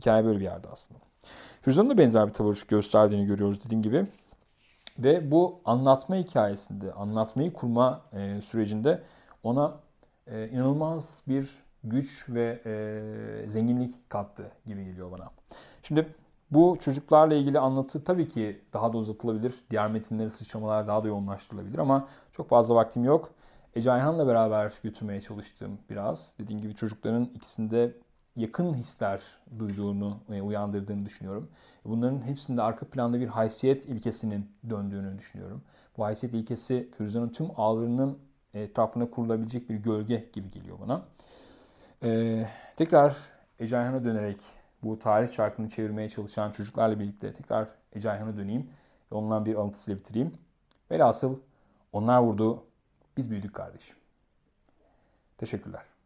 Hikaye böyle bir yerde aslında. Firuza'nın da benzer bir tavır gösterdiğini görüyoruz dediğim gibi. Ve bu anlatma hikayesinde, anlatmayı kurma e, sürecinde ona e, inanılmaz bir güç ve e, zenginlik kattı gibi geliyor bana. Şimdi bu çocuklarla ilgili anlatı tabii ki daha da uzatılabilir. Diğer metinleri, sıçramalar daha da yoğunlaştırılabilir ama çok fazla vaktim yok. Ece Ayhan'la beraber götürmeye çalıştım biraz. Dediğim gibi çocukların ikisinde yakın hisler duyduğunu, uyandırdığını düşünüyorum. Bunların hepsinde arka planda bir haysiyet ilkesinin döndüğünü düşünüyorum. Bu haysiyet ilkesi Firuza'nın tüm ağlarının etrafına kurulabilecek bir gölge gibi geliyor bana. Ee, tekrar Ece Ayhan'a dönerek bu tarih çarkını çevirmeye çalışan çocuklarla birlikte tekrar Ece Ayhan'a döneyim ve ondan bir alıntısıyla bitireyim. Velhasıl onlar vurdu, biz büyüdük kardeşim. Teşekkürler.